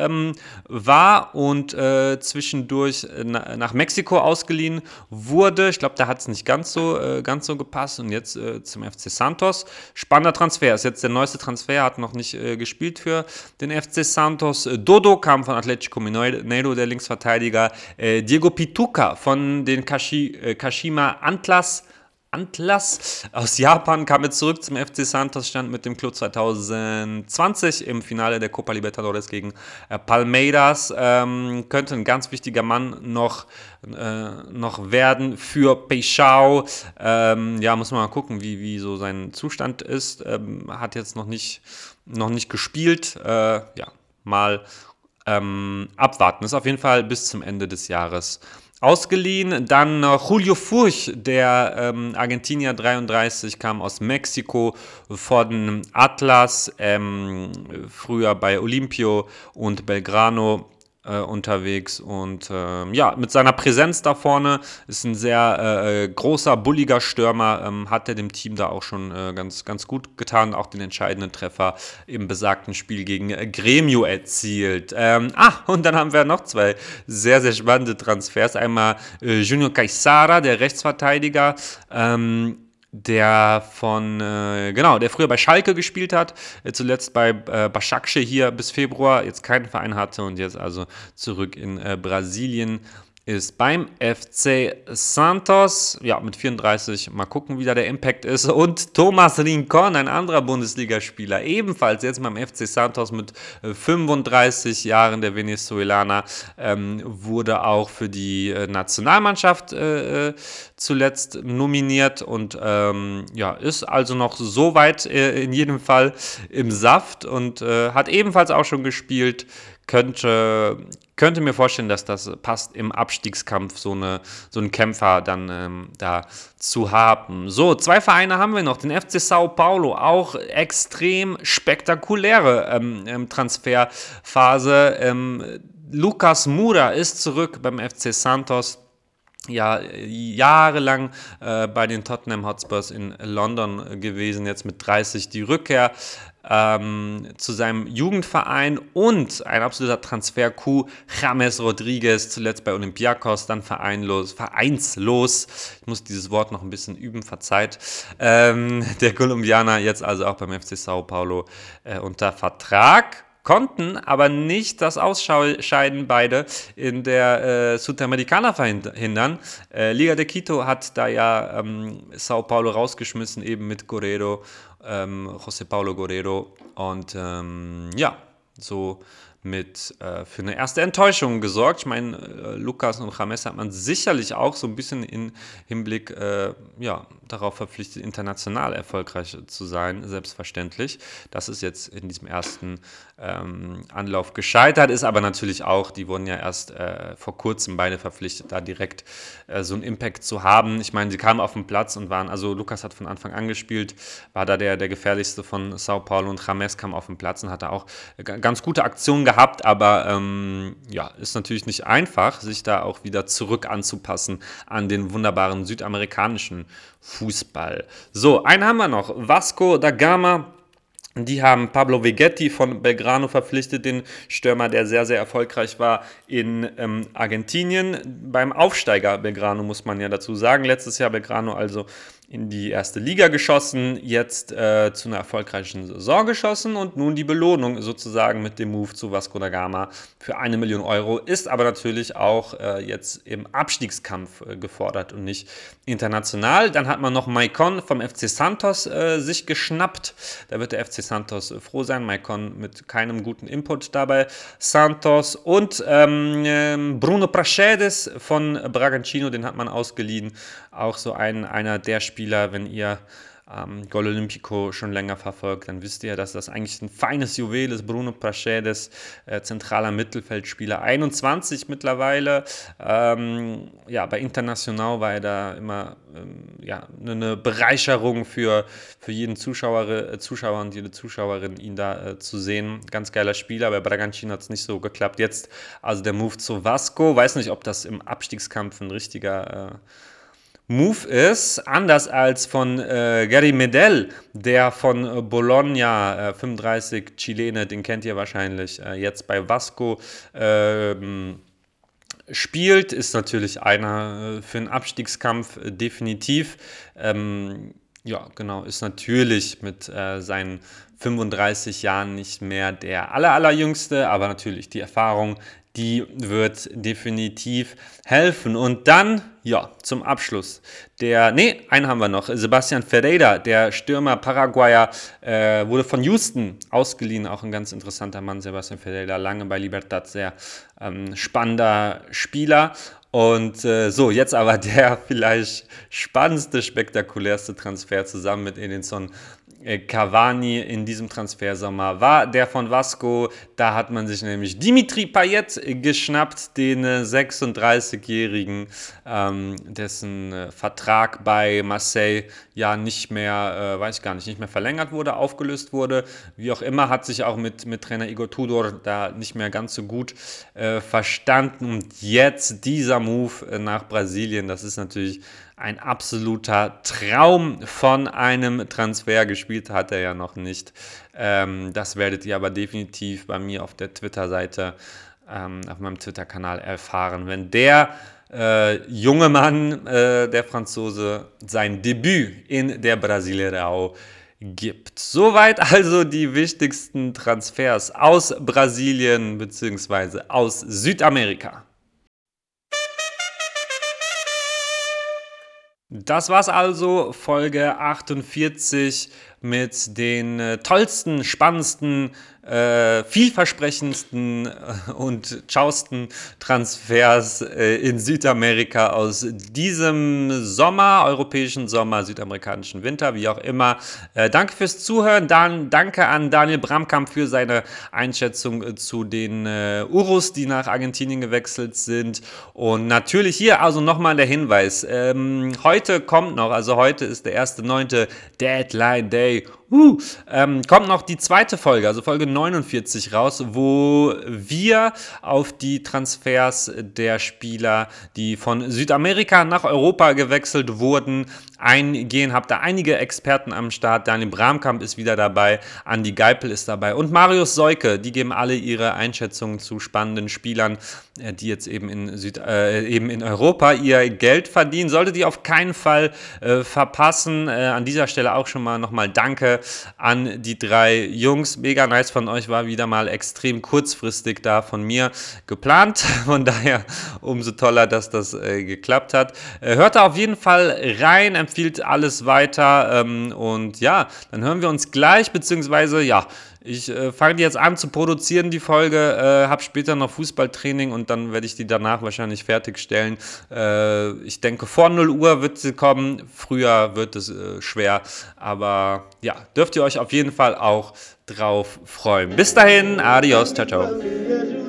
war und zwischendurch nach Mexiko ausgeliehen wurde. Ich glaube, da hat es nicht ganz so gepasst und jetzt zum FC Santos. Spannender Transfer, ist jetzt der neueste Transfer, hat noch nicht gespielt für den FC Santos. Dodo kam von Atlético Mineiro, der Linksverteidiger. Diego Pituca von den Kashima Antlers Atlas aus Japan kam jetzt zurück zum FC Santos, stand mit dem Club 2020 im Finale der Copa Libertadores gegen Palmeiras. Könnte ein ganz wichtiger Mann noch werden für Peixão. Muss man mal gucken, wie so sein Zustand ist. Hat jetzt noch nicht gespielt. Mal abwarten. Ist auf jeden Fall bis zum Ende des Jahres ausgeliehen. Dann Julio Furch, der Argentinier 33, kam aus Mexiko von Atlas, früher bei Olimpio und Belgrano unterwegs und mit seiner Präsenz da vorne ist ein sehr großer, bulliger Stürmer, hat er dem Team da auch schon ganz gut getan, auch den entscheidenden Treffer im besagten Spiel gegen Grêmio erzielt. Und dann haben wir noch zwei sehr, sehr spannende Transfers. Einmal Júnior Caixara, der Rechtsverteidiger, der früher bei Schalke gespielt hat, zuletzt bei Başakşehir hier bis Februar, jetzt keinen Verein hatte und jetzt also zurück in Brasilien ist beim FC Santos, mit 34, mal gucken, wie da der Impact ist. Und Thomas Rincón, ein anderer Bundesligaspieler, ebenfalls jetzt beim FC Santos mit 35 Jahren, der Venezuelaner, wurde auch für die Nationalmannschaft zuletzt nominiert und ist also noch so weit in jedem Fall im Saft und hat ebenfalls auch schon gespielt. Könnte mir vorstellen, dass das passt, im Abstiegskampf so einen Kämpfer dann da zu haben. So, zwei Vereine haben wir noch. Den FC Sao Paulo, auch extrem spektakuläre Transferphase. Lucas Moura ist zurück beim FC Santos. Jahrelang bei den Tottenham Hotspurs in London gewesen, jetzt mit 30 die Rückkehr zu seinem Jugendverein und ein absoluter Transfer-Coup, James Rodriguez, zuletzt bei Olympiakos, dann vereinslos, ich muss dieses Wort noch ein bisschen üben, verzeiht, der Kolumbianer jetzt also auch beim FC Sao Paulo unter Vertrag. Konnten aber nicht das Ausscheiden beide in der Sudamericana verhindern. Liga de Quito hat da ja Sao Paulo rausgeschmissen, eben mit Guerrero, José Paulo Guerrero und so für eine erste Enttäuschung gesorgt. Ich meine, Lucas und James hat man sicherlich auch so ein bisschen im Hinblick darauf verpflichtet, international erfolgreich zu sein, selbstverständlich. Das ist jetzt in diesem ersten Anlauf gescheitert, ist aber natürlich auch, die wurden ja erst vor kurzem beide verpflichtet, da direkt so einen Impact zu haben. Ich meine, sie kamen auf den Platz und Lucas hat von Anfang an gespielt, war da der gefährlichste von Sao Paulo und James kam auf den Platz und hatte auch ganz gute Aktionen gehabt, aber ist natürlich nicht einfach, sich da auch wieder zurück anzupassen an den wunderbaren südamerikanischen Fußball. So, einen haben wir noch, Vasco da Gama. Die haben Pablo Vegetti von Belgrano verpflichtet, den Stürmer, der sehr, sehr erfolgreich war in Argentinien. Beim Aufsteiger Belgrano muss man ja dazu sagen. Letztes Jahr Belgrano also in die erste Liga geschossen, jetzt zu einer erfolgreichen Saison geschossen und nun die Belohnung sozusagen mit dem Move zu Vasco da Gama für 1 Million Euro ist aber natürlich auch jetzt im Abstiegskampf gefordert und nicht international. Dann hat man noch Maicon vom FC Santos sich geschnappt. Da wird der FC Santos froh sein. Maicon mit keinem guten Input dabei. Santos und Bruno Praxedes von Bragantino, den hat man ausgeliehen. Auch so einer der Spieler, wenn ihr Gol Olímpico schon länger verfolgt, dann wisst ihr, dass das eigentlich ein feines Juwel ist. Bruno Praxedes, zentraler Mittelfeldspieler, 21 mittlerweile. Bei Internacional war er da immer eine Bereicherung für jeden Zuschauer und jede Zuschauerin, ihn da zu sehen. Ganz geiler Spieler, bei Bragantino hat es nicht so geklappt. Jetzt also der Move zu Vasco. Weiß nicht, ob das im Abstiegskampf ein richtiger Move ist, anders als von Gary Medel, der von Bologna, 35 Chilene, den kennt ihr wahrscheinlich, jetzt bei Vasco spielt, ist natürlich einer für einen Abstiegskampf definitiv. Ist natürlich mit seinen 35 Jahren nicht mehr der allerjüngste, aber natürlich die Erfahrung, die wird definitiv helfen. Und dann, ja, zum Abschluss. Einen haben wir noch. Sebastian Ferreira, der Stürmer Paraguayer, wurde von Houston ausgeliehen. Auch ein ganz interessanter Mann, Sebastian Ferreira, lange bei Libertad, sehr spannender Spieler. Und jetzt aber der vielleicht spannendste, spektakulärste Transfer zusammen mit Edinson Cavani in diesem Transfersommer war der von Vasco. Da hat man sich nämlich Dimitri Payet geschnappt, den 36-Jährigen, dessen Vertrag bei Marseille ja nicht mehr, nicht mehr verlängert wurde, aufgelöst wurde. Wie auch immer, hat sich auch mit Trainer Igor Tudor da nicht mehr ganz so gut verstanden. Und jetzt dieser Move nach Brasilien, das ist natürlich ein absoluter Traum von einem Transfer. Gespielt hat er ja noch nicht. Das werdet ihr aber definitiv bei mir auf der Twitter-Seite, auf meinem Twitter-Kanal erfahren. Wenn der junge Mann, der Franzose, sein Debüt in der Brasileirão gibt. Soweit also die wichtigsten Transfers aus Brasilien bzw. aus Südamerika. Das war's also, Folge 48 mit den tollsten, spannendsten, vielversprechendsten und schausten Transfers in Südamerika aus diesem Sommer, europäischen Sommer, südamerikanischen Winter, wie auch immer. Danke fürs Zuhören. Dann danke an Daniel Bramkamp für seine Einschätzung zu den Urus, die nach Argentinien gewechselt sind. Und natürlich hier also nochmal der Hinweis. Heute kommt noch, also heute ist der 1.9. Deadline Day. Kommt noch die zweite Folge, also Folge 49 raus, wo wir auf die Transfers der Spieler, die von Südamerika nach Europa gewechselt wurden, eingehen. Habt da einige Experten am Start. Daniel Bramkamp ist wieder dabei, Andi Geipel ist dabei und Marius Seuke. Die geben alle ihre Einschätzungen zu spannenden Spielern, die jetzt eben in Europa ihr Geld verdienen. Solltet ihr auf keinen Fall verpassen. An dieser Stelle auch schon mal nochmal Danke an die 3 Jungs. Mega nice von euch, war wieder mal extrem kurzfristig da von mir geplant. Von daher umso toller, dass das geklappt hat. Hört da auf jeden Fall rein, empfiehlt alles weiter und ja, dann hören wir uns gleich, beziehungsweise ja, ich fange die jetzt an zu produzieren, die Folge, habe später noch Fußballtraining und dann werde ich die danach wahrscheinlich fertigstellen. Ich denke, vor 0 Uhr wird sie kommen, früher wird es schwer, aber ja, dürft ihr euch auf jeden Fall auch drauf freuen. Bis dahin, adios, ciao, ciao.